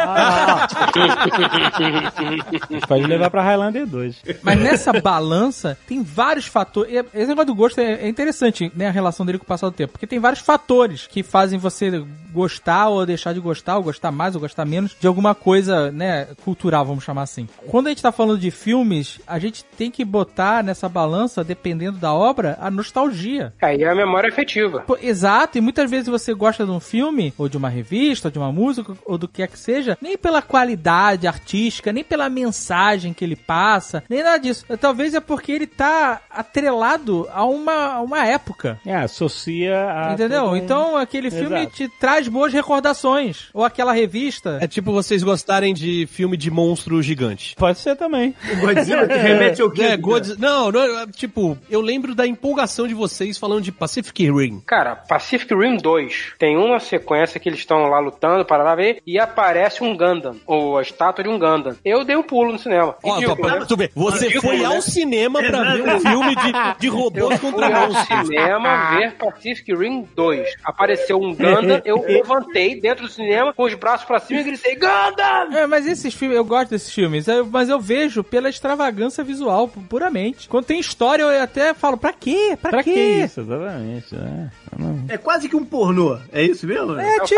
Pode levar pra Highlander 2. Mas nessa balança, tem vários fatores. Esse negócio do gosto é interessante, né? A relação dele com o passar do tempo. Porque tem vários fatores que fazem você gostar ou deixar de gostar, ou gostar mais ou gostar menos de alguma coisa, né, cultural, vamos chamar assim. Quando a gente tá falando de filmes, a gente tem que botar nessa balança, dependendo da obra, a nostalgia. Aí é a memória afetiva. Exato, e muitas vezes você gosta de um filme, ou de uma revista, ou de uma música, ou do que é que seja, nem pela qualidade artística, nem pela mensagem que ele passa, nem nada disso. Talvez é porque ele tá atrelado a uma época. Associa a... Entendeu? Então aquele filme te traz boas recordações. Ou aquela revista. É tipo vocês gostarem de filme de monstro gigante. Pode ser também. O Godzilla que remete ao quê? Não, tipo, eu lembro da empolgação de vocês falando de Pacific Rim. Cara, Pacific Rim 2 tem uma sequência que eles estão lá lutando para lá ver e aparece um Gundam, ou a estátua de um Gundam. Eu dei um pulo no cinema. Você foi ao cinema pra ver um filme de robôs contra monstros. Eu fui ao cinema ver Pacific Rim 2. Apareceu um Gundam, eu levantei dentro do cinema com os braços pra cima e gritei Gundam! Mas esses filmes, eu gosto desses filmes, mas eu vejo pela extravagância visual, puramente. Quando tem história, eu até falo, pra quê? Pra quê? Que isso, exatamente. É quase que um pornô, é isso mesmo?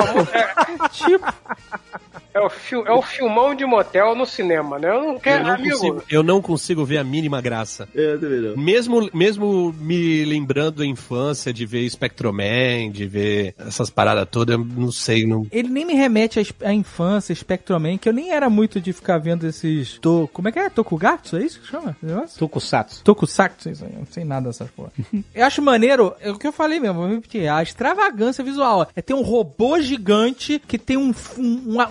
É o filmão de motel no cinema, né? Eu não consigo ver a mínima graça. Também não. Mesmo me lembrando da infância, de ver Spectroman, de ver essas paradas todas, eu não sei. Ele nem me remete à infância, Spectroman, que eu nem era muito de ficar vendo esses... Como é que é? Tokugatsu? É isso que chama? Tokusatsu. Tokusatsu, isso aí. Eu não sei nada dessas porra. Eu acho maneiro, é o que eu falei mesmo, vou repetir, a extravagância visual. É ter um robô gigante que tem um ator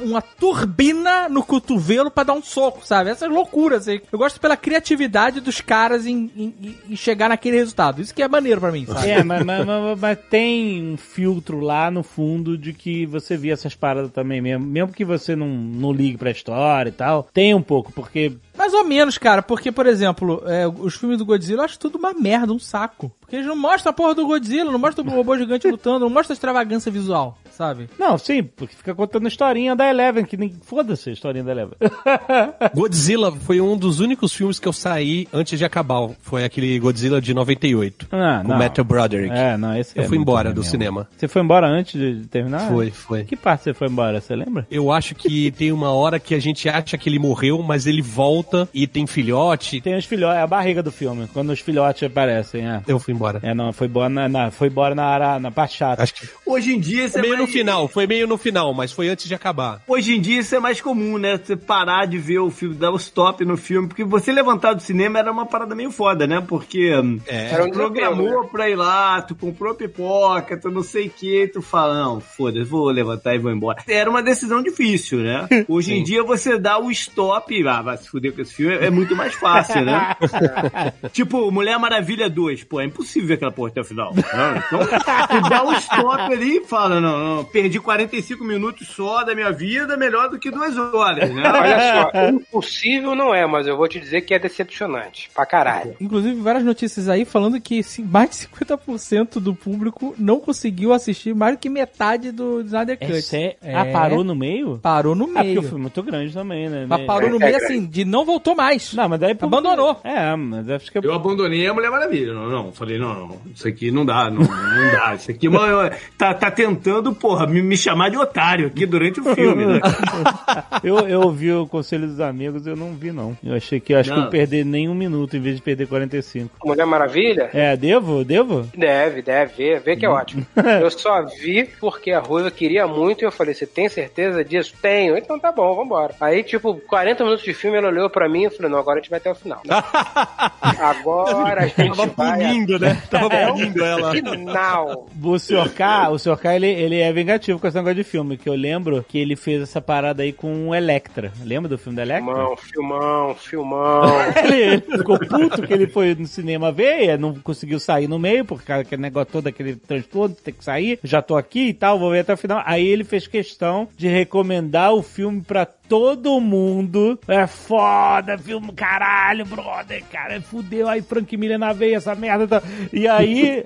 turbina no cotovelo pra dar um soco, sabe? Essas loucuras, assim. Eu gosto pela criatividade dos caras em chegar naquele resultado. Isso que é maneiro pra mim, sabe? Mas tem um filtro lá no fundo de que você via essas paradas também mesmo. Mesmo que você não ligue pra história e tal. Tem um pouco, porque... Mais ou menos, cara, porque, por exemplo, os filmes do Godzilla eu acho tudo uma merda, um saco. Porque eles não mostram a porra do Godzilla, não mostram o robô gigante lutando, não mostram a extravagância visual, sabe? Não, sim, porque fica contando a historinha da Eleven, que nem... Foda-se a historinha da Eleven. Godzilla foi um dos únicos filmes que eu saí antes de acabar. Foi aquele Godzilla de 98. Com Matthew Broderick. Esse eu fui embora do cinema. Você foi embora antes de terminar? Foi. Que parte você foi embora, você lembra? Eu acho que tem uma hora que a gente acha que ele morreu, mas ele volta e tem filhote. Tem os filhotes, é a barriga do filme, quando os filhotes aparecem, Eu fui embora. Foi embora na parte chata. Acho que... Hoje em dia isso foi meio no final, mas foi antes de acabar. Hoje em dia isso é mais comum, né? Você parar de ver o filme, dar o stop no filme, porque você levantar do cinema era uma parada meio foda, né? Porque era um programou pra ir lá, tu comprou pipoca, tu não sei o que, tu fala, não, foda-se, vou levantar e vou embora. Era uma decisão difícil, né? Hoje em dia você dá o stop, vai se fuder com esse filme, é muito mais fácil, né? Tipo, Mulher Maravilha 2, pô, é impossível ver aquela porra até o final. Então, tu dá um stop ali e fala, não, perdi 45 minutos só da minha vida, melhor do que 2 horas, né? Olha só, impossível não é, mas eu vou te dizer que é decepcionante, pra caralho. Inclusive, várias notícias aí falando que mais de 50% do público não conseguiu assistir mais do que metade do Snyder Cut. Parou no meio? Parou no meio. Porque o filme é muito grande também, né? Mas parou no meio assim, de não voltou mais. Não, mas daí... Abandonou. Mas acho que... Eu abandonei a Mulher Maravilha. Não. Falei, não. Isso aqui não dá, não dá. Isso aqui tá tentando, porra, me chamar de otário aqui durante o filme, né? Eu ouvi o Conselho dos Amigos, eu não vi, não. Eu achei que eu perder nem um minuto em vez de perder 45. Mulher Maravilha? Devo? Deve, vê que é ótimo. Eu só vi porque a Ruiva queria muito e eu falei, você tem certeza disso? Tenho. Então tá bom, vambora. Aí, 40 minutos de filme, ela olhou pra mim e falou, não, agora a gente vai até o final. Agora a gente Tava punindo, né? Tava punindo ela. Final. O Sr. K, ele é vingativo com esse negócio de filme, que eu lembro que ele fez essa parada aí com o Electra. Lembra do filme da Electra? Filmão. Ele ficou puto que ele foi no cinema ver, não conseguiu sair no meio, porque aquele negócio todo, aquele transtorno, tem que sair, já tô aqui e tal, vou ver até o final. Aí ele fez questão de recomendar o filme pra todo mundo. É foda, filme, caralho, brother, cara, fudeu, aí Frank Miller na veia, essa merda. Tá. E aí...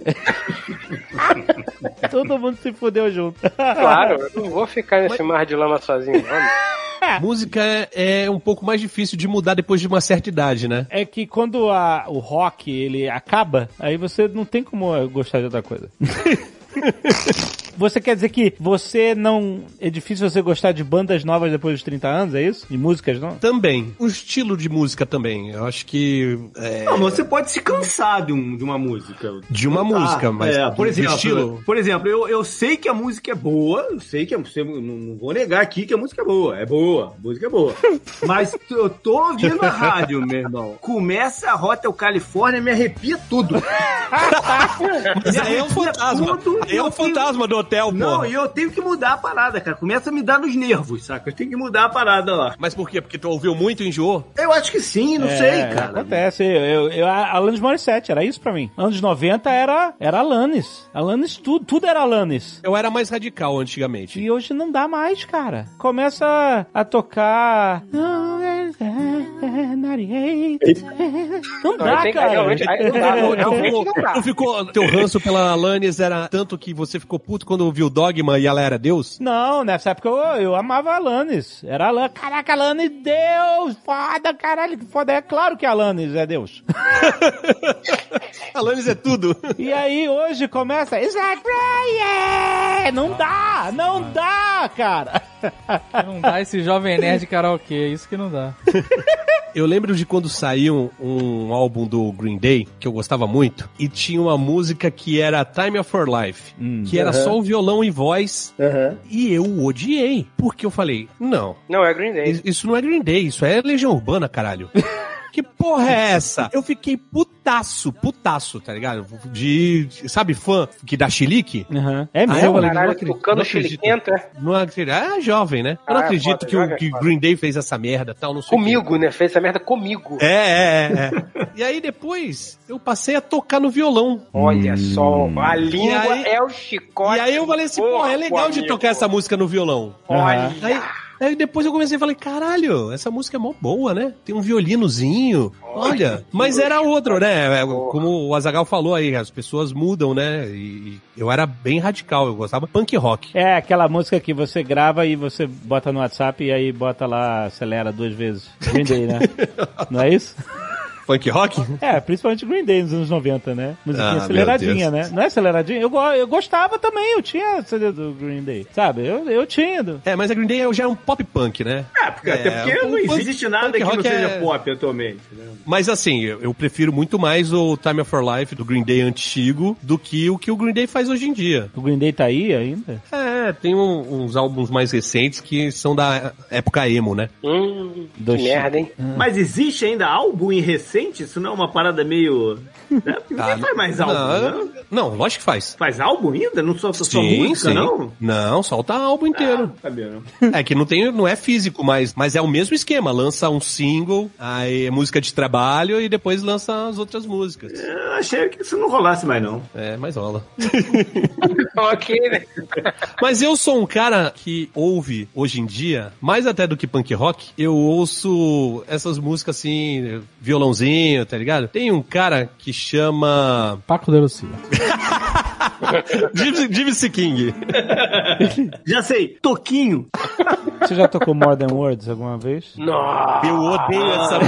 todo mundo se fudeu junto. Claro, eu não vou ficar nesse mar de lama sozinho, não. Música é um pouco mais difícil de mudar depois de uma certa idade, né? É que quando o rock, ele acaba, aí você não tem como gostar de outra coisa. Você quer dizer que você não... É difícil você gostar de bandas novas depois dos 30 anos, é isso? De músicas, não? Também. O estilo de música também. Eu acho que... Não, você pode se cansar de uma música. De uma música, mas por exemplo, estilo... Por exemplo, eu sei que a música é boa, eu sei que não vou negar aqui que a música é boa. A música é boa. Mas eu tô ouvindo a rádio, meu irmão. Começa a Hotel California, me arrepia tudo. Mas aí é um fantasma. É um fantasma do hotel, pô. Não, e eu tenho que mudar a parada, cara. Começa a me dar nos nervos, saca? Eu tenho que mudar a parada lá. Mas por quê? Porque tu ouviu muito e enjoou? Eu acho que sim, não sei, cara. Acontece. Alanis Morissette, era isso pra mim. Anos 90 era Alanis. Alanis, tudo era Alanis. Eu era mais radical antigamente. E hoje não dá mais, cara. Começa a tocar... Não dá, cara. Realmente não dá. Tu ficou... Teu ranço pela Alanis era tanto que você ficou puto quando ouviu Dogma e ela era Deus? Não, nessa época eu amava a Alanis. Era Alanis. Caraca, Alanis, Deus! Foda, caralho, que foda. É claro que a Alanis é Deus. Alanis é tudo. E aí, hoje começa... Is that right? Não dá, cara. Não dá esse jovem nerd karaokê, isso que não dá. Eu lembro de quando saiu um álbum do Green Day, que eu gostava muito, e tinha uma música que era Time of Our Life, que era só o violão e voz, e eu odiei, porque eu falei, não. Não é Green Day. Isso não é Green Day, isso é Legião Urbana, caralho. Que porra é essa? Eu fiquei putaço, tá ligado? Sabe, fã que dá chilique? Uhum. É mesmo? Caralho, tocando chiliquento, é? Não acredito. É jovem, né? Eu não acredito que o Green Day fez essa merda, tal, não sei comigo, né? Fez essa merda comigo. É. E aí depois, eu passei a tocar no violão. Olha só, a língua é o chicote. E aí eu falei assim, pô, é legal de tocar essa música no violão. Olha. Aí depois eu comecei a falar, caralho, essa música é mó boa, né? Tem um violinozinho, olha. Mas era outro, né? Como o Azaghal falou aí, as pessoas mudam, né? E eu era bem radical, eu gostava punk rock. É, aquela música que você grava e você bota no WhatsApp e aí bota lá, acelera 2 vezes. Green Day, né? Não é isso? Punk rock? É, principalmente Green Day nos anos 90, né? Musiquinha aceleradinha, né? Não é aceleradinha? Eu gostava também, eu tinha CD do Green Day, sabe? Eu tinha. Mas a Green Day já é um pop punk, né? Até porque não existe nada que não seja pop atualmente, né? Mas assim, eu prefiro muito mais o Time of Our Life do Green Day antigo do que o Green Day faz hoje em dia. O Green Day tá aí ainda? Tem uns álbuns mais recentes que são da época emo, né? Que merda, hein? Mas existe ainda álbum em recente? Isso não é uma parada meio... Né? Ninguém faz mais álbum, não? Não, lógico que faz. Faz álbum ainda? Não só música, não? Não, solta álbum inteiro. Sabia, não. É que não é físico, mas é o mesmo esquema. Lança um single, aí é música de trabalho e depois lança as outras músicas. Eu achei que isso não rolasse mais, não. Mas rola. Ok, né? Mas eu sou um cara que ouve, hoje em dia, mais até do que punk rock, eu ouço essas músicas assim, violãozinho, tá ligado? Tem um cara que chama... Paco de Lucia. Gypsy King. Já sei, Toquinho. Você já tocou More Than Words alguma vez? Não. Eu odeio essa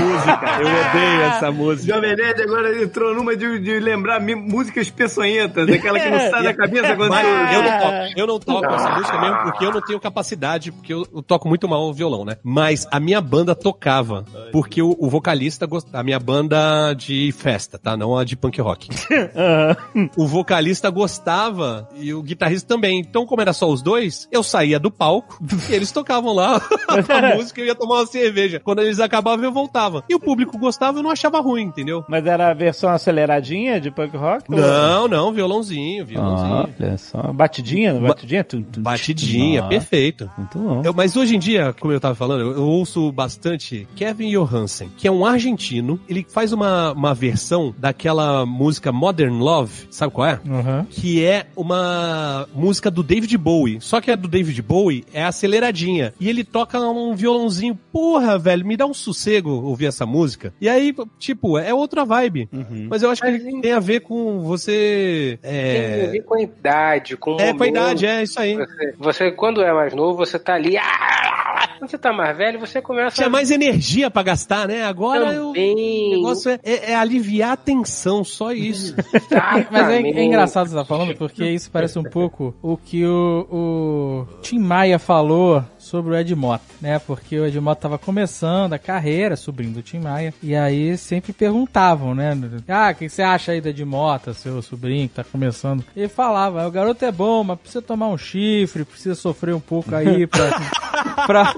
música. Jovem Nerd agora entrou numa de lembrar músicas peçonhentas, aquela que não sai da cabeça quando eu não toco essa música mesmo porque eu não tenho capacidade, porque eu toco muito mal o violão, né? Mas a minha banda tocava, porque o vocalista a minha banda de festa, tá? Não a de punk rock. O vocalista gostava e o guitarrista também. Então, como era só os dois, eu saía do palco e eles tocavam lá a música e eu ia tomar uma cerveja. Quando eles acabavam, eu voltava. E o público gostava, eu não achava ruim, entendeu? Mas era a versão aceleradinha de punk rock? Não, violãozinho. Olha só, batidinha? Batidinha, perfeito. Muito bom. Mas hoje em dia, como eu tava falando, eu ouço bastante Kevin Johansen, que é um argentino. Ele faz uma versão daquela música Modern Love, sabe qual é? Uhum. Que é uma música do David Bowie. Só que a do David Bowie é aceleradinha. E ele toca um violãozinho. Porra, velho, me dá um sossego ouvir essa música. E aí, tipo, é outra vibe. Uhum. Mas eu acho que tem a ver com você... Tem a ver com a idade, com o com a idade, é isso aí. Você, quando é mais novo, você tá ali... Quando você tá mais velho, você começa... Tinha mais energia pra gastar, né? Agora o negócio é aliviar a tensão, só isso. Mas é engraçado você tá falando, porque isso parece um pouco o que o Tim Maia falou sobre o Ed Mota, né? Porque o Ed Mota tava começando a carreira, sobrinho do Tim Maia, e aí sempre perguntavam, né? O que você acha aí do Ed Mota, seu sobrinho que tá começando? Ele falava, o garoto é bom, mas precisa tomar um chifre, precisa sofrer um pouco aí pra...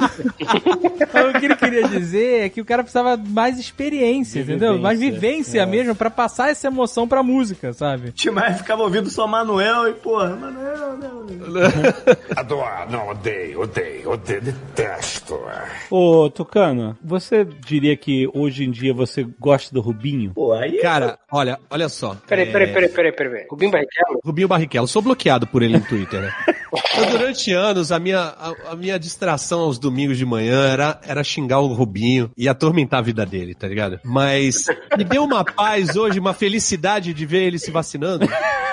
O que ele queria dizer é que o cara precisava mais experiência, entendeu? Mais vivência mesmo pra passar essa emoção pra música, sabe? O Tim Maia ficava ouvindo só Manuel e, porra, Manuel, não. Adoro, não, odeio, detesto. Ô, Tucano, você diria que hoje em dia você gosta do Rubinho? Pô, aí... Cara, olha só. Peraí. Rubinho Barrichello? Rubinho Barrichello. Sou bloqueado por ele no Twitter, né? Então, durante anos, a minha distração aos domingos de manhã era xingar o Rubinho e atormentar a vida dele, tá ligado? Mas me deu uma paz hoje, uma felicidade de ver ele se vacinando.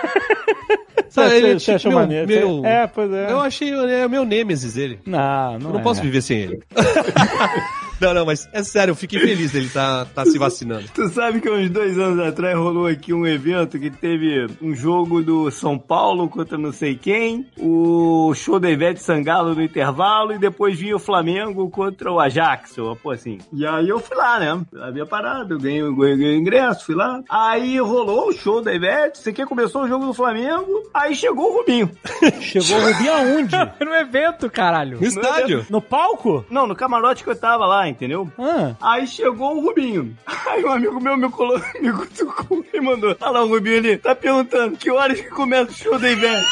Você achou maneiro? Pois é. Eu achei meu nêmesis ele. Não eu não posso viver sem ele. Não, mas é sério, eu fiquei feliz dele tá se vacinando. Tu sabe que uns 2 anos atrás rolou aqui um evento que teve um jogo do São Paulo contra não sei quem, o show da Ivete Sangalo no intervalo e depois vinha o Flamengo contra o Ajax, ou pô assim. E aí eu fui lá, né? Havia parado, eu ganhei o ingresso, fui lá. Aí rolou o show da Ivete, sei que começou o jogo do Flamengo, aí chegou o Rubinho. Chegou o Rubinho aonde? No evento, caralho. No estádio. No palco? Não, no camarote que eu tava lá, entendeu? Aí Aí chegou o Rubinho. Aí um amigo meu me cutucou e mandou. Olha lá o Rubinho ali, tá perguntando que horas que começa o show da Ivete.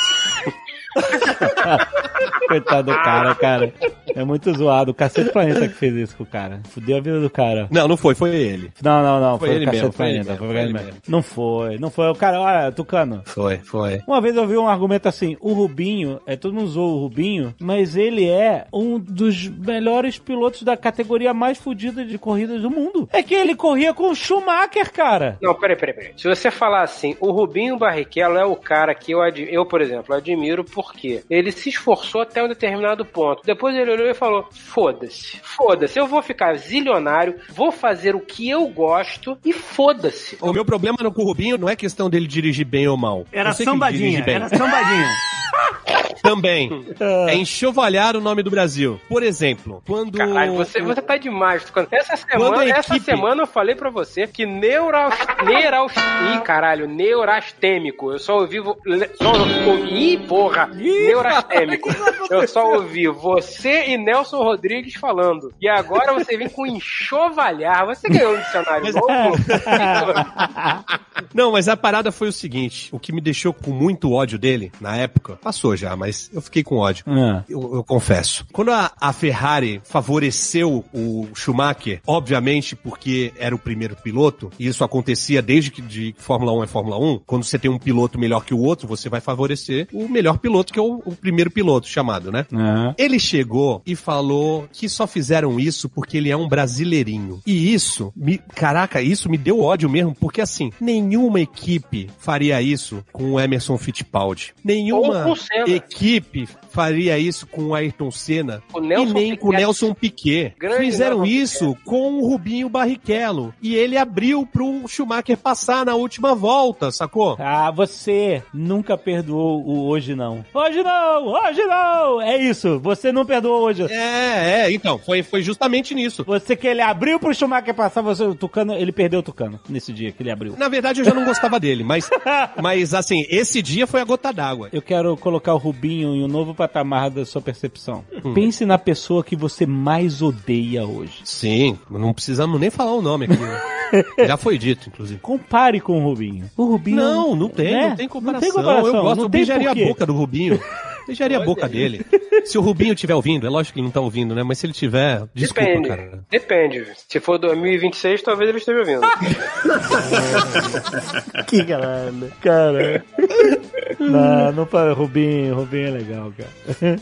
Coitado do cara. É muito zoado. O Cacete Planeta que fez isso com o cara. Fudeu a vida do cara. Não foi ele. Não. Foi ele o Cacete mesmo, Planeta. foi ele mesmo. Não foi. O cara, olha, Tucano. Foi. Uma vez eu vi um argumento assim, o Rubinho, todo mundo usou o Rubinho, mas ele é um dos melhores pilotos da categoria mais fodida de corridas do mundo. É que ele corria com o Schumacher, cara. Não, peraí. Se você falar assim, o Rubinho Barrichello é o cara que eu, por exemplo, admiro porque ele se esforçou até um determinado ponto. Depois ele olhou e falou, foda-se, eu vou ficar zilionário, vou fazer o que eu gosto e foda-se. O meu problema com o Rubinho não é questão dele dirigir bem ou mal. Era sambadinha. Também. É enxovalhar o nome do Brasil. Por exemplo, quando... Caralho, você tá demais. Essa semana eu falei pra você que neurastêmico. Eu só ouvi... Neurastêmico. Eu só ouvi você e Nelson Rodrigues falando. E agora você vem com enxovalhar. Você ganhou um dicionário novo? Não, mas a parada foi o seguinte. O que me deixou com muito ódio dele, na época, passou já, mas eu fiquei com ódio. Eu confesso. Quando a Ferrari favoreceu o Schumacher, obviamente porque era o primeiro piloto, e isso acontecia desde que de Fórmula 1 é Fórmula 1, quando você tem um piloto melhor que o outro, você vai favorecer o melhor piloto, que é o primeiro piloto chamado, né? Ele chegou e falou que só fizeram isso porque ele é um brasileirinho. E isso me deu ódio mesmo, porque assim, nenhuma equipe faria isso com o Emerson Fittipaldi. Nenhuma equipe faria isso com o Ayrton Senna e nem com o Nelson Piquet. Fizeram isso com o Rubinho Barrichello. E ele abriu pro Schumacher passar na última volta, sacou? Você nunca perdoou o hoje não. Hoje não! É isso, você não perdoou hoje. Então, foi justamente nisso. Você que ele abriu pro Schumacher passar, o Tucano, ele perdeu o Tucano nesse dia que ele abriu. Na verdade, eu já não gostava dele, mas assim, esse dia foi a gota d'água. Eu quero colocar o Rubinho em um novo patamar da sua percepção. Pense na pessoa que você mais odeia hoje. Sim, não precisamos nem falar o nome aqui. Né? Já foi dito, inclusive. Compare com o Rubinho. O Rubinho... Não tem comparação. Eu gosto, eu beijaria a boca do Rubinho. Beijaria a boca dele. Se o Rubinho estiver ouvindo, é lógico que ele não tá ouvindo, né? Mas se ele tiver, desculpa, cara. Depende. Se for 2026, talvez ele esteja ouvindo. Que caralho. Cara. Não para. Rubinho é legal, cara.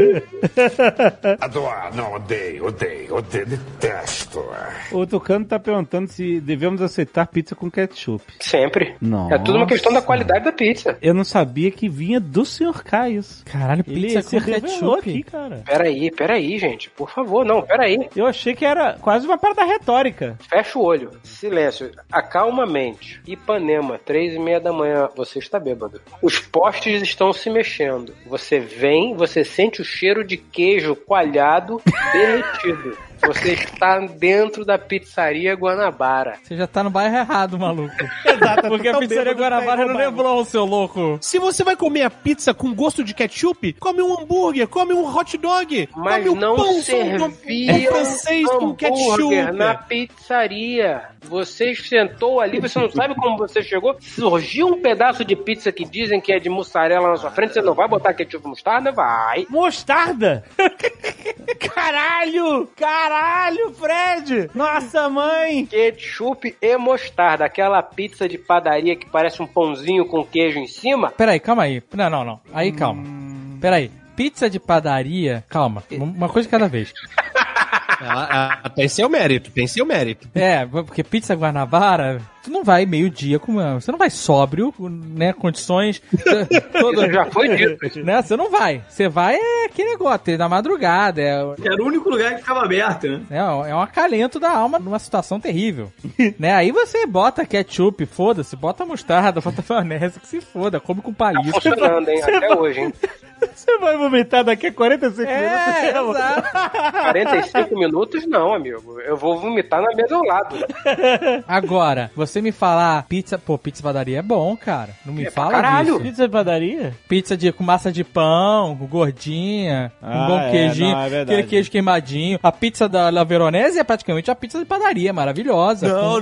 Odeio, detesto. O Tucano tá perguntando se devemos aceitar pizza com ketchup. Sempre. Nossa. É tudo uma questão da qualidade da pizza. Eu não sabia que vinha do Sr. K isso. Caralho, pizza com ketchup? Aqui, cara. Peraí, gente. Por favor, não, peraí. Eu achei que era quase uma parada retórica. Fecha o olho. Silêncio. Acalma a mente. Ipanema, 3:30 da manhã. Você está bêbado. Os postes estão se mexendo. Você vem, você sente o cheiro de queijo coalhado derretido. Você está dentro da pizzaria Guanabara. Você já tá no bairro errado, maluco. Exato. Porque a pizzaria Guanabara não lembrou, seu louco. Se você vai comer a pizza com gosto de ketchup, come um hambúrguer, come um hot dog. Mas come não pão servia francês com ketchup na pizzaria. Você sentou ali, você não sabe como você chegou. Surgiu um pedaço de pizza que dizem que é de mussarela na sua frente, você não vai botar ketchup e mostarda? Vai. Mostarda? Caralho, Fred! Nossa, mãe! Ketchup e mostarda. Aquela pizza de padaria que parece um pãozinho com queijo em cima. Peraí, calma aí. Não. Aí, calma. Peraí. Pizza de padaria... Calma. Uma coisa de cada vez. Tem seu mérito. É, porque pizza Guanabara... Tu não vai meio-dia comer, você não vai sóbrio, né, condições... Isso já foi dito. Né, você não vai. Você vai aquele negócio, na madrugada. Era o único lugar que ficava aberto, né? É um acalento da alma numa situação terrível. Né, aí você bota ketchup, foda-se, bota mostarda, bota maionese, que se foda, come com palito. Tá funcionando, hein, até hoje, hein. Você vai vomitar daqui a 45 minutos. Exato. 45 minutos não, amigo. Eu vou vomitar na mesa ao lado. Agora, você você me falar pizza... Pô, pizza de padaria é bom, cara. Não me fala caralho. disso. Pizza de padaria? Pizza com massa de pão, gordinha, um bom queijinho, não, é verdade. aquele queijo queimadinho. A pizza da La Veronese é praticamente a pizza de padaria, maravilhosa. Não.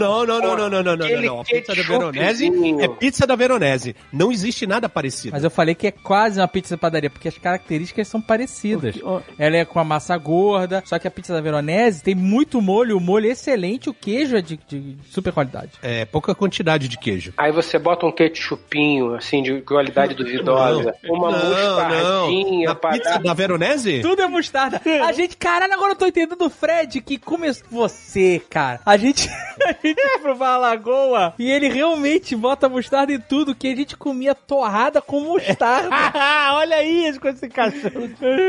A pizza da Veronese é pizza da Veronese. Não existe nada parecido. Mas eu falei que é quase uma pizza de padaria, porque as características são parecidas. Ela é com a massa gorda, só que a pizza da Veronese tem muito molho, o molho é excelente, o queijo é de super qualidade. É, pouca quantidade de queijo. Aí você bota um ketchupinho, assim, de qualidade duvidosa. Uma mostardinha. Na pizza da Veronese? Tudo é mostarda. A gente, caralho, agora eu tô entendendo o Fred, que começou... Você, cara. A gente foi provar a Lagoa e ele realmente bota mostarda em tudo, que a gente comia torrada com mostarda. Olha aí, com esse cachorro.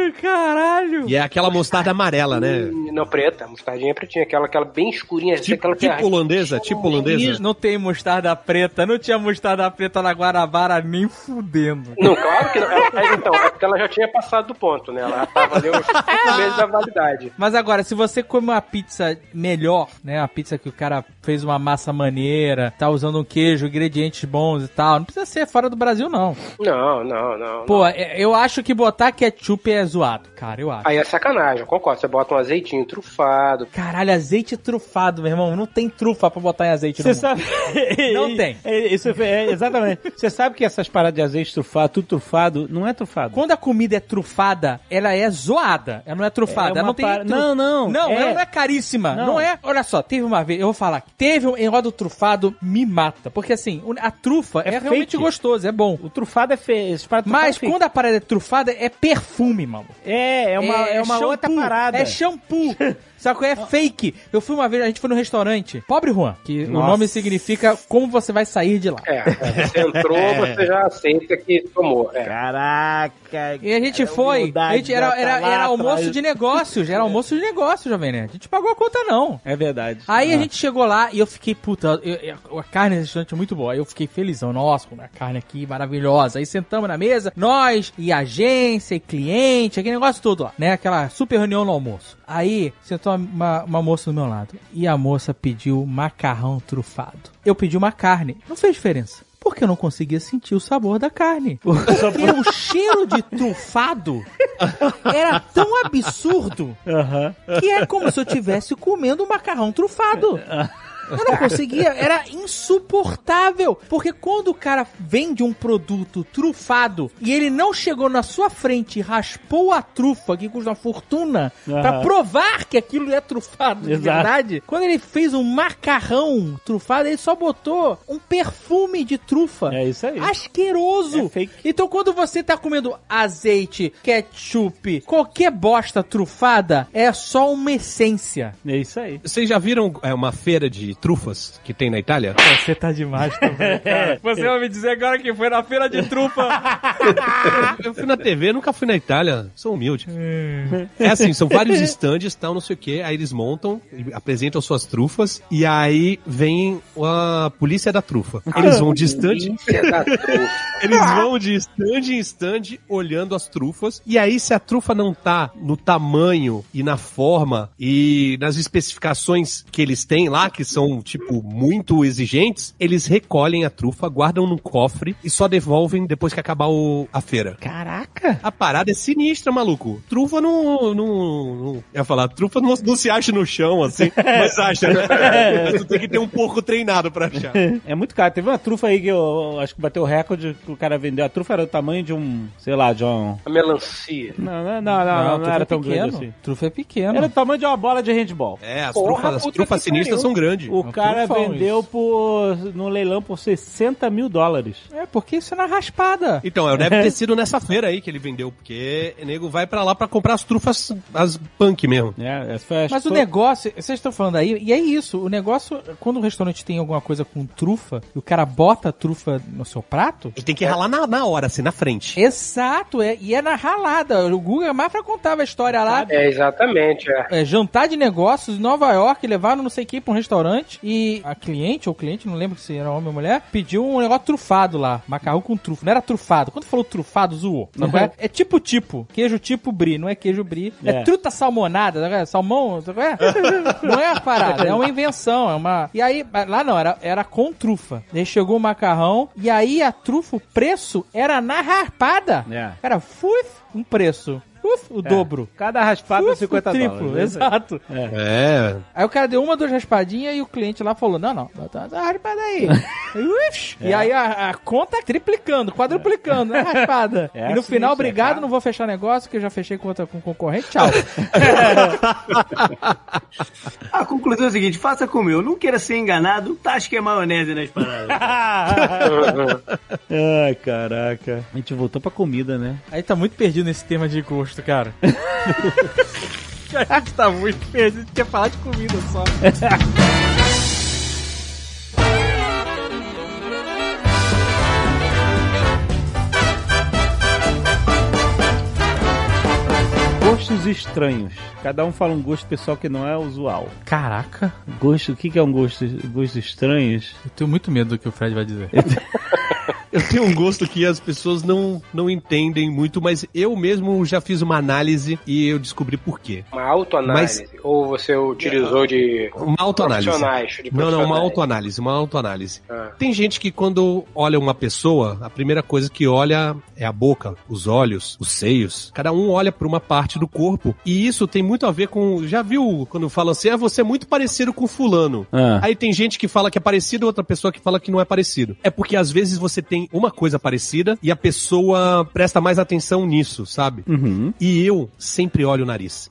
Caralho. E é aquela mostarda amarela, né? Não, preta. Mostardinha pretinha. Aquela bem escurinha. Tipo holandesa? Tipo holandesa? Não tem mostarda preta. Não tinha mostarda preta na Guarabara nem fudendo. Não, claro que não. Então, é porque ela já tinha passado do ponto, né? Ela já tava ali uns 5 meses da validade. Mas agora, se você come uma pizza melhor, né? Uma pizza que o cara fez uma massa maneira, tá usando um queijo, ingredientes bons e tal, não precisa ser fora do Brasil, não. Não. Pô, eu acho que botar ketchup é zoado, cara, eu acho. Aí é sacanagem, eu concordo. Você bota um azeitinho trufado. Caralho, azeite trufado, meu irmão. Não tem trufa pra botar em azeite. Você sabe... Não tem. Isso exatamente. Você sabe que essas paradas de azeite trufado, tudo trufado, não é trufado. Quando a comida é trufada, ela é zoada. Ela não é trufada. Ela não tem... Não, ela não é caríssima. Não é... Olha só, teve uma vez, eu vou falar, teve um negócio do trufado me mata. Porque assim, a trufa é realmente gostoso, é bom. O trufado é feio. Mas quando a parada é trufada, é perfume, mano. É uma outra parada. É shampoo. Sabe qual é? Fake. Eu fui uma vez, a gente foi num restaurante, Pobre Juan, que o nome significa como você vai sair de lá. Você entrou, você já aceita que tomou. Caraca. E a gente foi, era almoço de negócios, Jovem Nerd. A gente pagou a conta, não. É verdade. Aí a gente chegou lá e eu fiquei, puta, a carne nesse restaurante é muito boa. Aí eu fiquei felizão, nossa, a carne aqui maravilhosa. Aí sentamos na mesa, nós, e agência, e cliente, aquele negócio todo lá, né? Aquela super reunião no almoço. Aí sentou uma moça do meu lado e a moça pediu macarrão trufado. Eu pedi uma carne. Não fez diferença. Porque eu não conseguia sentir o sabor da carne. Porque o cheiro de trufado era tão absurdo que é como se eu estivesse comendo um macarrão trufado. Eu não conseguia, era insuportável. Porque quando o cara vende um produto trufado e ele não chegou na sua frente e raspou a trufa, que custa uma fortuna, pra provar que aquilo é trufado de verdade, quando ele fez um macarrão trufado, ele só botou um perfume de trufa. É isso aí. Asqueroso. É fake. Então quando você tá comendo azeite, ketchup, qualquer bosta trufada, é só uma essência. É isso aí. Vocês já viram uma feira de trufas que tem na Itália? Você tá demais também, cara. Você vai me dizer agora que foi na feira de trufa. Eu fui na TV, nunca fui na Itália. Sou humilde. É assim, são vários estandes, tal, não sei o que. Aí eles montam, apresentam suas trufas e aí vem a polícia da trufa. Eles vão de estande. Eles vão de estande em estande olhando as trufas. E aí, se a trufa não tá no tamanho e na forma e nas especificações que eles têm lá, que são, tipo, muito exigentes, eles recolhem a trufa, guardam num cofre e só devolvem depois que acabar a feira. Caraca! A parada é sinistra, maluco. Trufa não... Eu ia falar, trufa não se acha no chão, assim, mas acha, né? Mas tu tem que ter um pouco treinado pra achar. É muito caro. Teve uma trufa aí que eu acho que bateu o recorde que o cara vendeu. A trufa era do tamanho de um, sei lá, de um... A melancia. Não era tão grande assim. Trufa é pequeno. Era do tamanho de uma bola de handball. É, as trufas sinistras são grandes. O cara vendeu no leilão por $60 mil. É, porque isso é na raspada. Então, deve ter sido nessa feira aí que ele vendeu, porque o nego vai pra lá pra comprar as trufas, as punk mesmo. Mas o negócio, vocês estão falando aí, e é isso, o negócio, quando o restaurante tem alguma coisa com trufa, e o cara bota a trufa no seu prato... Ele tem que ralar na hora, assim, na frente. Exato, e é na ralada. O Guga Mafra contava a história lá. Exatamente. Jantar de negócios em Nova York, levaram não sei o que pra um restaurante, restaurante e a cliente, ou cliente, não lembro se era homem ou mulher, pediu um negócio trufado lá, macarrão com trufa. Não era trufado. Quando falou trufado, zoou. Sabe? É tipo, queijo tipo brie, não é queijo brie. É truta salmonada, sabe? Salmão, sabe? Não é a parada, é uma invenção, é uma... E aí, lá não, era com trufa. Daí chegou o macarrão, e aí a trufa, o preço era na raspada. Era um preço. O dobro. Cada raspada é 50 triplo, dólares. Exato. Aí o cara deu 1, 2 raspadinhas e o cliente lá falou, não, bota uma raspada aí. E aí a conta triplicando, quadruplicando, né, raspada. E no final, obrigado, não vou fechar negócio, que eu já fechei conta com concorrente, tchau. A conclusão é a seguinte, faça como eu, não queira ser enganado, tasque a maionese nas paradas. Ai, caraca. A gente voltou pra comida, né? Aí tá muito perdido nesse tema de gosto, cara. A gente tá muito perdido, quer falar de comida só. Gostos estranhos. Cada um fala um gosto pessoal que não é usual. Caraca. Gosto, o que é um gosto estranhos? Eu tenho muito medo do que o Fred vai dizer. Eu tenho um gosto que as pessoas não entendem muito, mas eu mesmo já fiz uma análise e eu descobri por quê. Uma autoanálise? Ou você utilizou de uma autoanálise? Não, uma autoanálise. Tem gente que quando olha uma pessoa, a primeira coisa que olha é a boca, os olhos, os seios. Cada um olha para uma parte do corpo e isso tem muito a ver com... Já viu quando falam assim, você é muito parecido com fulano. Aí tem gente que fala que é parecido, outra pessoa que fala que não é parecido. É porque às vezes você tem uma coisa parecida e a pessoa presta mais atenção nisso, sabe? E eu sempre olho o nariz.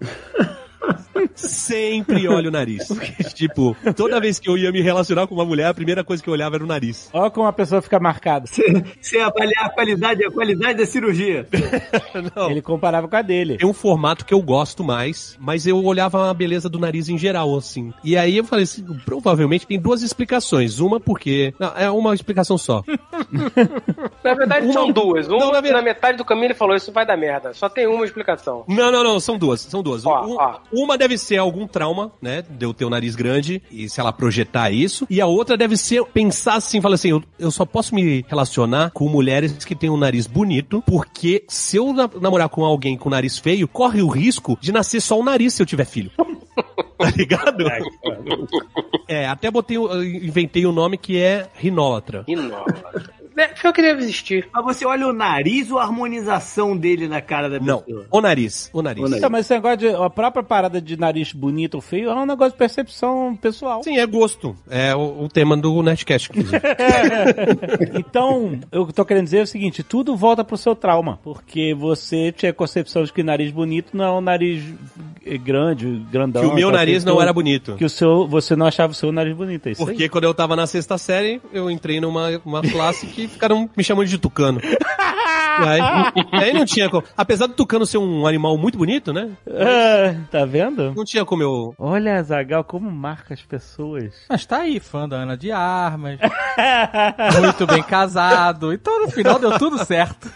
Sempre olho o nariz. Tipo, toda vez que eu ia me relacionar com uma mulher, a primeira coisa que eu olhava era o nariz. Olha como a pessoa fica marcada. Você avaliar a qualidade da cirurgia. Não. Ele comparava com a dele. É um formato que eu gosto mais, mas eu olhava a beleza do nariz em geral, assim. E aí eu falei assim, provavelmente tem 2 explicações. Uma porque... Não, é uma explicação só. Na verdade são 2. Uma, na metade do caminho ele falou, isso vai dar merda. Só tem uma explicação. Não, são duas. Ó. Uma deve ser algum trauma, né, de eu ter o nariz grande e se ela projetar isso. E a outra deve ser pensar assim, falar assim, eu só posso me relacionar com mulheres que têm um nariz bonito, porque se eu namorar com alguém com nariz feio, corre o risco de nascer só o nariz se eu tiver filho. Tá ligado? Até inventei um nome que é rinólatra. Foi o que deve existir. Mas você olha o nariz ou a harmonização dele na cara da pessoa? Não, o nariz. Então, mas esse negócio de... A própria parada de nariz bonito ou feio é um negócio de percepção pessoal. Sim, é gosto. É o tema do Nerdcast, inclusive. Então, eu tô querendo dizer o seguinte, tudo volta pro seu trauma. Porque você tinha a concepção de que nariz bonito não é um nariz grande, grandão. Que o meu nariz não era bonito. Que você não achava o seu nariz bonito, é isso Porque aí? Quando eu tava na 6ª série, eu entrei numa classe que ficaram me chamando de tucano. Aí não tinha como. Apesar do tucano ser um animal muito bonito, né? Tá vendo? Não tinha como eu... Olha, Azaghal, como marca as pessoas. Mas tá aí, fã da Ana de Armas. Muito bem casado. Então no final deu tudo certo.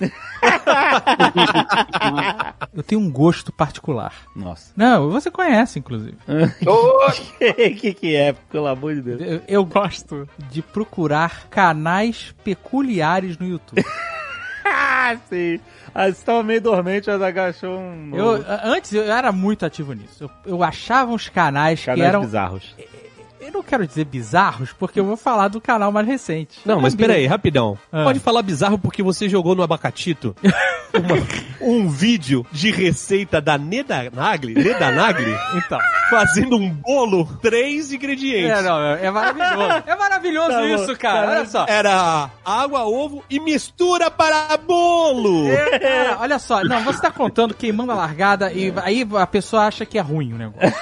Eu tenho um gosto particular. Nossa. Não, você conhece, inclusive. O que é? Pelo amor de Deus. Eu gosto de procurar canais peculiares no YouTube. Sim. Você estava meio dormente, mas agachou um... Antes eu era muito ativo nisso. Eu achava uns canais que eram... bizarros. Eu não quero dizer bizarros, porque eu vou falar do canal mais recente. Não, mas peraí, rapidão. Pode falar bizarro porque você jogou no Abacatito um vídeo de receita da Neda Nagli, Então, fazendo um bolo, 3 ingredientes. É maravilhoso. É maravilhoso isso, cara. Olha só. Era água, ovo e mistura para bolo. Cara, olha só. Não, você tá contando, queimando a largada, e aí a pessoa acha que é ruim o negócio.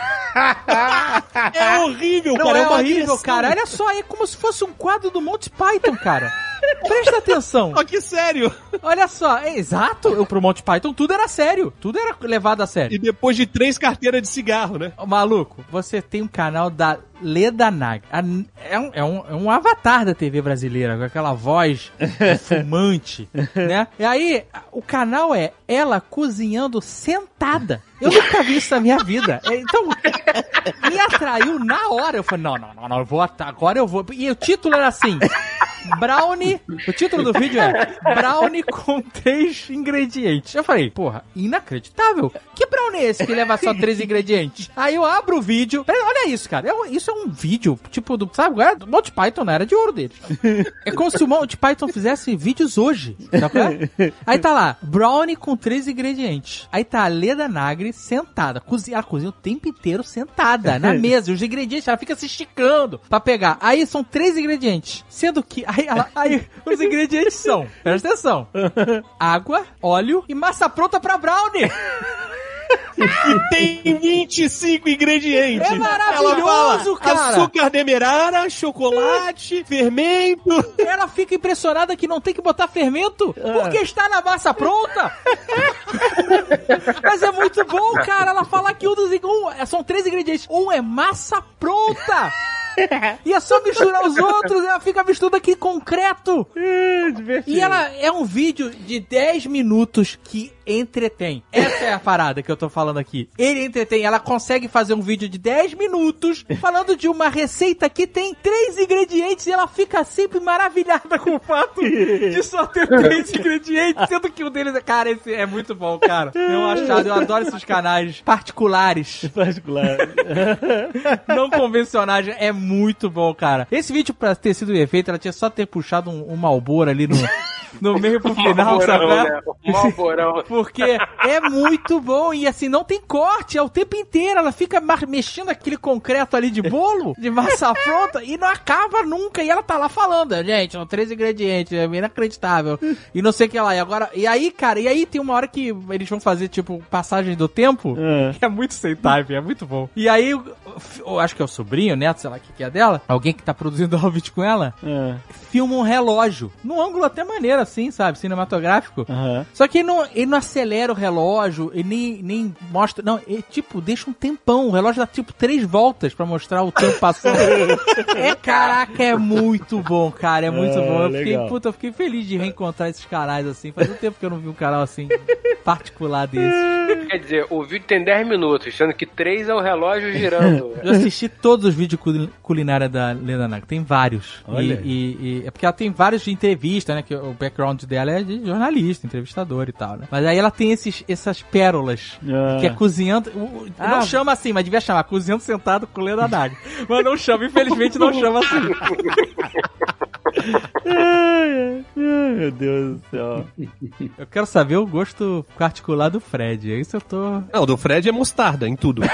É horrível, não, cara. É horrível, cara. Olha só, é como se fosse um quadro do Monty Python, cara. Presta atenção. Ó, que sério. Olha só, é exato. Pro Monty Python tudo era sério. Tudo era levado a sério. E depois de 3 carteiras de cigarro, né? Maluco, você tem um canal da Leda Nagli. É um avatar da TV brasileira, com aquela voz fumante, né? E aí, o canal é ela cozinhando sentada. Eu nunca vi isso na minha vida. Então, me atraiu na hora. Eu falei, não, eu vou agora eu vou. E o título era assim... Brownie, o título do vídeo é Brownie com 3 ingredientes. Eu falei, porra, inacreditável. Que brownie é esse que leva só 3 ingredientes? Aí eu abro o vídeo. Olha isso, cara. Isso é um vídeo, tipo, sabe? Do Monty Python, na era de ouro dele. É como se o Monty Python fizesse vídeos hoje. Sabe? Aí tá lá, brownie com 3 ingredientes. Aí tá a Leda Nagli sentada. Ela cozinha o tempo inteiro sentada na mesa. Os ingredientes, ela fica se esticando pra pegar. Aí são 3 ingredientes. Sendo que Aí os ingredientes são, presta atenção, água, óleo e massa pronta pra brownie. E tem 25 ingredientes. É maravilhoso, cara. Açúcar demerara, chocolate, fermento. Ela fica impressionada que não tem que botar fermento porque está na massa pronta. Mas é muito bom, cara. Ela fala que são 3 ingredientes. Um é massa pronta. E é só misturar os outros, ela fica misturando aqui concreto. E ela é um vídeo de 10 minutos que entretém. Essa é a parada que eu tô falando aqui. Ele entretém, ela consegue fazer um vídeo de 10 minutos falando de uma receita que tem 3 ingredientes e ela fica sempre maravilhada com o fato de só ter 3 ingredientes, sendo que um deles é... Cara, esse é muito bom, cara. Eu adoro esses canais particulares. Não convencionais. É muito bom, cara. Esse vídeo, pra ter sido efeito, ela tinha só ter puxado um Malboro ali no meio pro final, sabe? Né? Malborão. Porque é muito bom e assim, não tem corte, é o tempo inteiro. Ela fica mexendo aquele concreto ali de bolo, de massa pronta, e não acaba nunca. E ela tá lá falando, gente, são 3 ingredientes, é inacreditável. E não sei o que lá. E aí, cara, tem uma hora que eles vão fazer, tipo, passagem do tempo, que é muito sem time, é muito bom. E aí, eu acho que é o sobrinho, neto, sei lá o que é dela, alguém que tá produzindo o vídeo com ela, filma um relógio, num ângulo até maneiro, assim, sabe, cinematográfico. Só que ele não acelera o relógio, ele nem mostra, não, ele, tipo, deixa um tempão, o relógio dá, tipo, 3 voltas pra mostrar o tempo passando. Caraca, é muito bom, cara, é muito bom. Eu fiquei feliz de reencontrar esses canais, assim, faz um tempo que eu não vi um canal, assim, particular desse. Quer dizer, o vídeo tem 10 minutos, sendo que 3 é o relógio girando. Eu assisti todos os vídeos culinária da Leda Nagli, tem vários. E é porque ela tem vários de entrevista, né, que o background dela é de jornalista, entrevistador e tal, né. Mas aí ela tem essas pérolas, que é cozinhando, não chama assim, mas devia chamar cozinhando sentado com Leda Nagli. Mas não chama, infelizmente não chama assim. Meu Deus do céu. Eu quero saber o gosto particular do Fred, é isso eu tô... Não, do Fred é mostarda em tudo.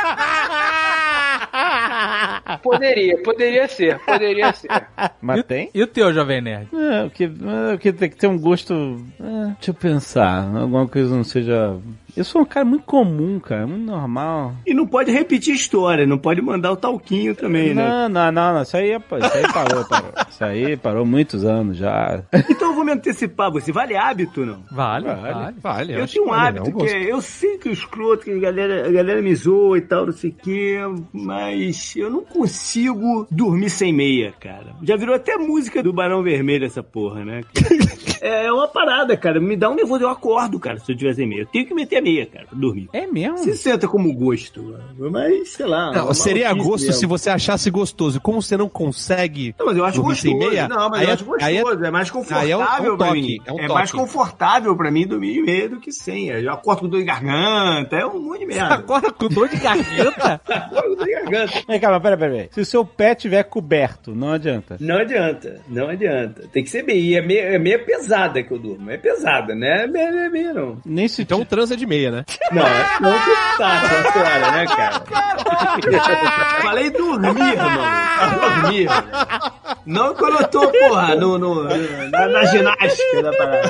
Poderia ser. Mas tem? E o teu, Jovem Nerd? O que tem que ter um gosto... deixa eu pensar. Alguma coisa não seja... Eu sou um cara muito comum, cara. Muito normal. E não pode repetir história. Não pode mandar o talquinho também, né? Não. Isso aí parou. Isso aí parou muitos anos já. Então eu vou me antecipar. Você vale hábito, não? Vale. Eu tenho um hábito que eu sei que o escroto, que a galera me zoa e tal, não sei o quê, mas eu não consigo dormir sem meia, cara. Já virou até música do Barão Vermelho essa porra, né? É uma parada, cara. Me dá um nervoso. Eu acordo, cara, se eu tiver sem meia. Eu tenho que meter a meia, cara, pra dormir. É mesmo? Se senta como gosto, mas sei lá. Não, seria gosto se você achasse gostoso. Como você não consegue. Não, mas eu acho dormir gostoso. Sem meia, não, mas eu acho gostoso. É mais confortável pra mim. É mais confortável pra mim dormir de meia do que sem. Eu acordo com dor de garganta. É um monte de merda. Você acorda com dor de garganta? Acordo com dor de garganta. Vem cá, mas peraí. Se o seu pé tiver coberto, não adianta. Não adianta. Tem que ser meia. É meia pesada que eu durmo. É pesada, né? É meia não. Nem se então transa de meia, né? Não que tá fora, né, cara? Falei dormir, mano. Dormir. Não quando eu tô, porra, na ginástica da parada.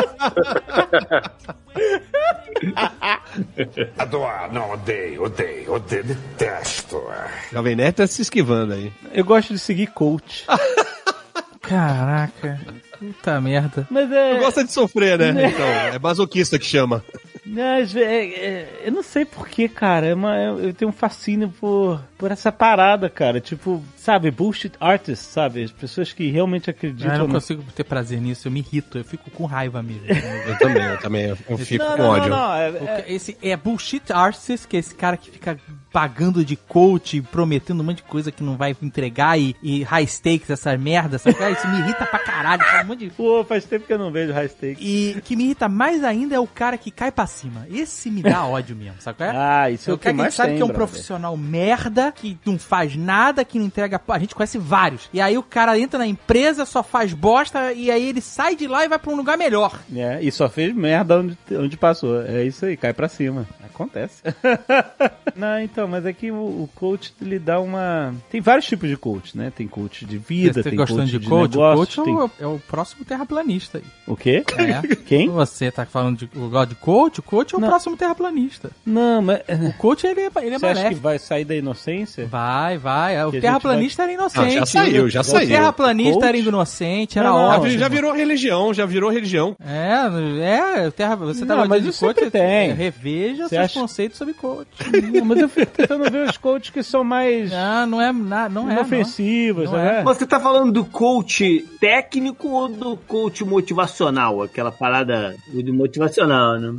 Odeio, detesto. Jovem Neto tá se esquivando aí. Eu gosto de seguir coach. Caraca. Puta merda. Mas Tu gosta de sofrer, né? Então, é masoquista que chama. Eu não sei porquê, cara. Eu tenho um fascínio por essa parada, cara. Tipo, sabe, bullshit artists, sabe? As pessoas que realmente acreditam. Eu não consigo ter prazer nisso, eu me irrito, eu fico com raiva mesmo. Eu também. Eu fico com ódio. Esse é bullshit artist, que é esse cara que fica pagando de coach, prometendo um monte de coisa que não vai entregar e high stakes, essa merda, sabe? Isso me irrita pra caralho, fala um monte de... Pô, faz tempo que eu não vejo high stakes. E que me irrita mais ainda é o cara que cai pra cima. Esse me dá ódio mesmo, sabe qual é? Ah, isso é o que mais sabe tem, que é um brother. profissional merda, que não faz nada, que não entrega... A gente conhece vários. E aí o cara entra na empresa, só faz bosta, e aí ele sai de lá e vai pra um lugar melhor. E só fez merda onde passou. É isso aí, cai pra cima. Acontece. Não, então, mas aqui o coach, ele dá uma... Tem vários tipos de coach, né? Tem coach de vida, Você tem gostando coach de coach? negócio, O coach tem... é o próximo terraplanista aí. O quê? É. Quem? Você tá falando de coach? O coach é o Não. próximo terraplanista. Não, mas... O coach, ele é Você acha que maléfico. vai sair da inocência? Vai. O Que a terraplanista era inocente. já saiu. O terraplanista Coach? era inocente, era Não, ótimo. Já virou religião. Você Não, tava mas de isso coach, sempre tem. reveja Você seus acha- conceitos sobre coach. Não, mas eu fico tentando ver os coaches que são mais Não é inofensivos, Não sabe? é. Você tá falando do coach técnico ou do coach motivacional? Aquela parada de motivacional, né?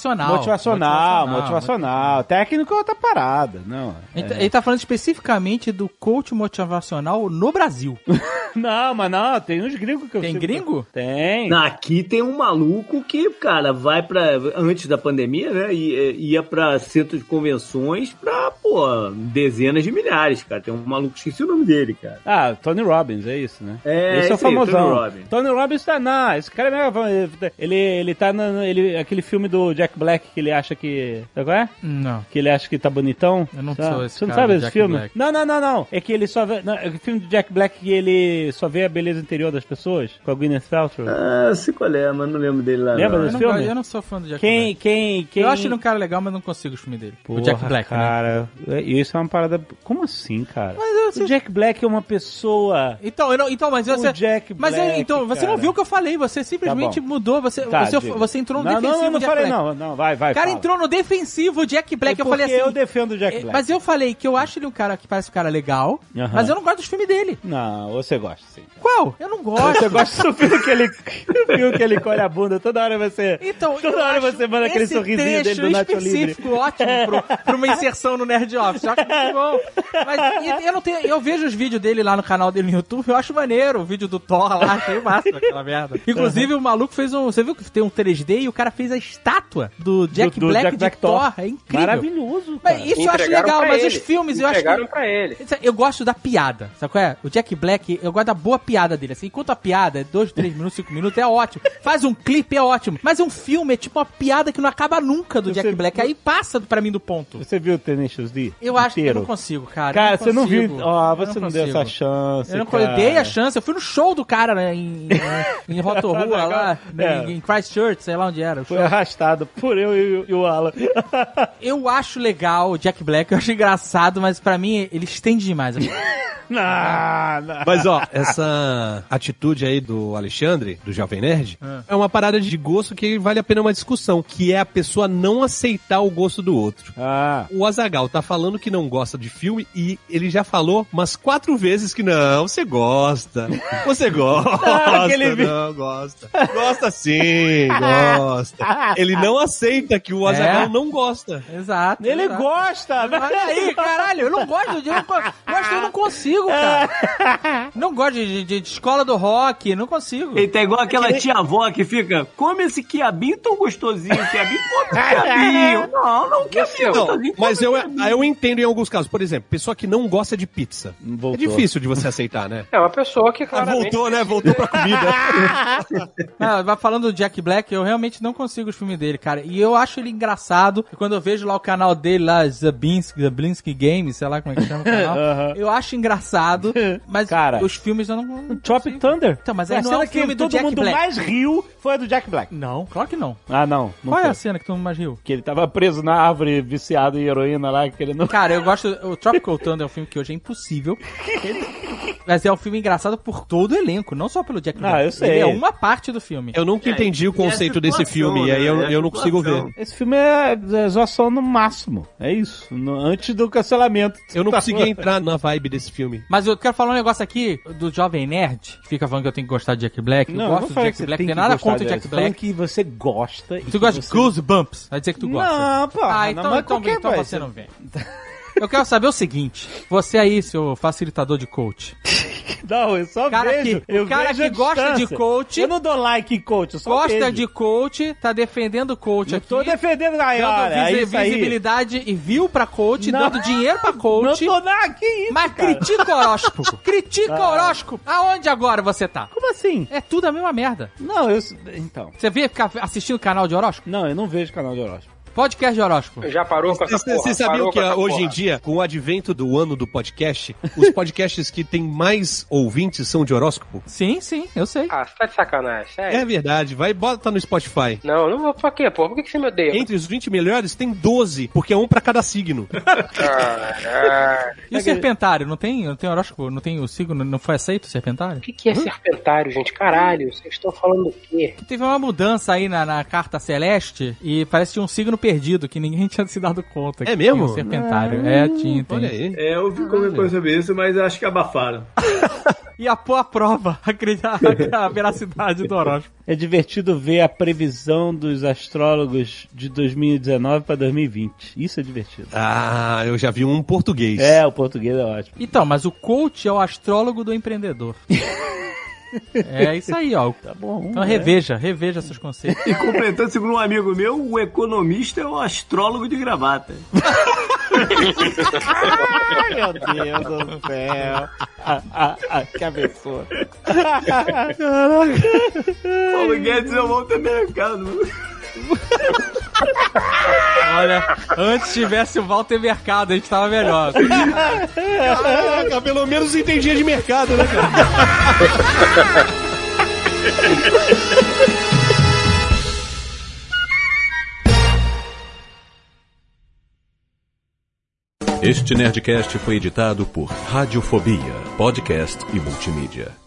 Motivacional. Técnico é outra parada, não. Ele tá falando especificamente do coach motivacional no Brasil. Não, mas não, tem uns gringos que eu Tem sigo. gringo? Tem. Aqui tem um maluco que, cara, vai pra... Antes da pandemia, né? Ia pra centro de convenções pra, dezenas de milhares, cara. Tem um maluco, esqueci o nome dele, cara. Ah, Tony Robbins, é isso, né? É, esse é o esse aí, famosão. Tony Robbins. Tony Robbins tá, não, esse cara é mega, ele tá aquele filme do Jack Black que ele acha que, sabe qual é? Não. Que ele acha que tá bonitão. Eu não Sabe? sou esse Você não cara sabe do esse Jack filme? Black. Não. É que ele só vê, é o filme do Jack Black que ele só vê a beleza interior das pessoas, com a Gwyneth Paltrow. Ah, sei qual é, mas não lembro dele lá. Lembra não. desse filme? Eu não sou fã do Jack Black. Quem... Eu acho ele um cara legal, mas não consigo os filmes dele. Porra, o Jack Black, né? cara, isso é uma parada... Como assim, cara? Mas O Jack Black é uma pessoa... Mas você... O Jack Black, você não cara. viu o que eu falei, você simplesmente Tá bom. mudou, você entrou no Não, defensivo não Jack falei Black. não, vai. O cara fala. entrou no defensivo Jack Black, eu falei assim... eu defendo o Jack Black. Mas eu falei que eu acho ele um cara que parece um cara legal, Aham. mas eu não gosto dos filmes dele. Não, você gosta, sim. Qual? Eu não gosto. Você gosta do filme que ele colhe a bunda, toda hora você... Então, toda hora você manda aquele esse sorrisinho dele do trecho Nacho Libre. específico ótimo pra uma inserção no Nerd Office. Eu acho muito bom. Mas eu vejo os vídeos dele lá no canal dele no YouTube, eu acho maneiro. O vídeo do Thor lá, achei máximo aquela merda. Inclusive, o maluco fez você viu que tem um 3D e o cara fez a estátua do Jack Do Black Jack de Black Thor. É incrível. Maravilhoso, cara. Mas isso eu acho Entregaram legal, pra mas ele. os filmes eu acho que... Entregaram pra ele. Eu gosto da piada, sabe qual é? O Jack Black, eu gosto da boa piada dele, assim, enquanto a piada é 2, 3 minutos, 5 minutos, é ótimo. Faz um clipe, é ótimo. Mas um filme é tipo uma piada que não acaba nunca do Jack Black, aí passa pra mim do ponto. Você viu o Tenacious D? Eu acho que eu inteiro? não consigo, cara. Cara, você não consigo. viu... Ó, Eu você não deu consigo. essa chance, Eu não cara. eu dei a chance, eu fui no show do cara, né, em Rotorua lá, É. em Christchurch, sei lá onde era. O Foi show. arrastado por eu e o Alan. Eu acho legal o Jack Black, eu acho engraçado, mas pra mim ele estende demais. Não. Mas, ó, essa atitude aí do Alexandre, do Jovem Nerd, é uma parada de gosto que vale a pena uma discussão, que é a pessoa não aceitar o gosto do outro. Ah. O Azaghal tá falando que não gosta de filme e ele já falou umas 4 vezes que não, você gosta. Você gosta, não, gosta. Gosta sim, gosta. Ele não aceita que o Azaghal não gosta. Exato. Ele exato. gosta. Olha aí, caralho, eu não gosto eu não consigo, cara. Não gosto de escola do rock, não consigo. Ele tá igual aquela tia-avó que fica, come esse quiabinho tão gostosinho, quiabinho, come quiabinho. Não, quiabinho, Não, gostosinho. mas eu entendo em alguns casos. Por exemplo, pessoa que não gosta de pizza. Voltou. É difícil de você aceitar, né? É uma pessoa que claramente... Voltou, né? Voltou pra comida. Vai falando do Jack Black, eu realmente não consigo os filmes dele, cara. E eu acho ele engraçado. Quando eu vejo lá o canal dele, lá, Zabinski Games, sei lá como é que chama o canal. Eu acho engraçado engraçado, mas Cara, os filmes eu não... Tropic Thunder. Então, mas aí a não cena é o filme que do todo Jack mundo Black. mais riu foi a do Jack Black. Não, claro que não. Ah, não. Qual é foi. a cena que todo mundo mais riu? Que ele tava preso na árvore, viciado em heroína lá, que ele não... Cara, eu gosto... O Tropical Thunder é um filme que hoje é impossível. Mas é um filme engraçado por todo o elenco, não só pelo Jack Black. Eu sei. Ele é uma parte do filme. Eu nunca entendi o conceito desse filme, e aí eu não consigo ver. Esse filme é zoação no máximo. É isso. Antes do cancelamento. Eu não conseguia entrar na vibe desse filme. Mas eu quero falar um negócio aqui do Jovem Nerd, que fica falando que eu tenho que gostar de Jack Black. Eu gosto do Jack Black, não tem nada contra o Jack Black. Que você gosta. Tu gosta de Goosebumps? Vai dizer que tu gosta. Não, pô. Então você não vem. Eu quero saber o seguinte, você aí, seu facilitador de coach. Não, eu só vejo. O cara que gosta de coach... Eu não dou like em coach, eu só gosta vejo. de coach, tá defendendo o coach não aqui. Tô defendendo aí, olha. Visibilidade e view pra coach, dando dinheiro pra coach. Não tô nada, que isso, mas cara. critica o horóscopo. Critica o horóscopo. Aonde agora você tá? Como assim? É tudo a mesma merda. Não, então. Você vê ficar assistindo canal de horóscopo? Não, eu não vejo canal de horóscopo. Podcast de horóscopo. Já parou com essa porra? Você sabia que hoje em dia, com o advento do ano do podcast, os podcasts que tem mais ouvintes são de horóscopo? Sim, eu sei. Ah, você tá de sacanagem, sério? É verdade, vai, bota no Spotify. Não vou pra quê, porra? Por que você me odeia? Entre os 20 melhores tem 12, porque é um pra cada signo. E o serpentário? Não tem horóscopo? Não tem o signo? Não foi aceito o serpentário? O que é serpentário, gente? Caralho, vocês estão falando do quê? Teve uma mudança aí na carta celeste e parece que tinha um signo perdido que ninguém tinha se dado conta. É mesmo? Um serpentário. Tinha. Olha aí. Eu vi qualquer coisa sobre isso, mas acho que abafaram. E a pôr a prova a veracidade do horóscopo. É divertido ver a previsão dos astrólogos de 2019 para 2020. Isso é divertido. Ah, eu já vi um português. O português é ótimo. Então, mas o coach é o astrólogo do empreendedor. É isso aí, ó. Tá bom. Então reveja seus conceitos. E completando, segundo um amigo meu, o economista é o astrólogo de gravata. Ai, meu Deus do céu. Que absurdo. Caraca. Paulo Guedes é o Walter Mercado. Olha, antes tivesse o Walter Mercado, a gente tava melhor. Caraca, pelo menos entendia de mercado, né, cara? Este Nerdcast foi editado por Radiofobia, podcast e multimídia.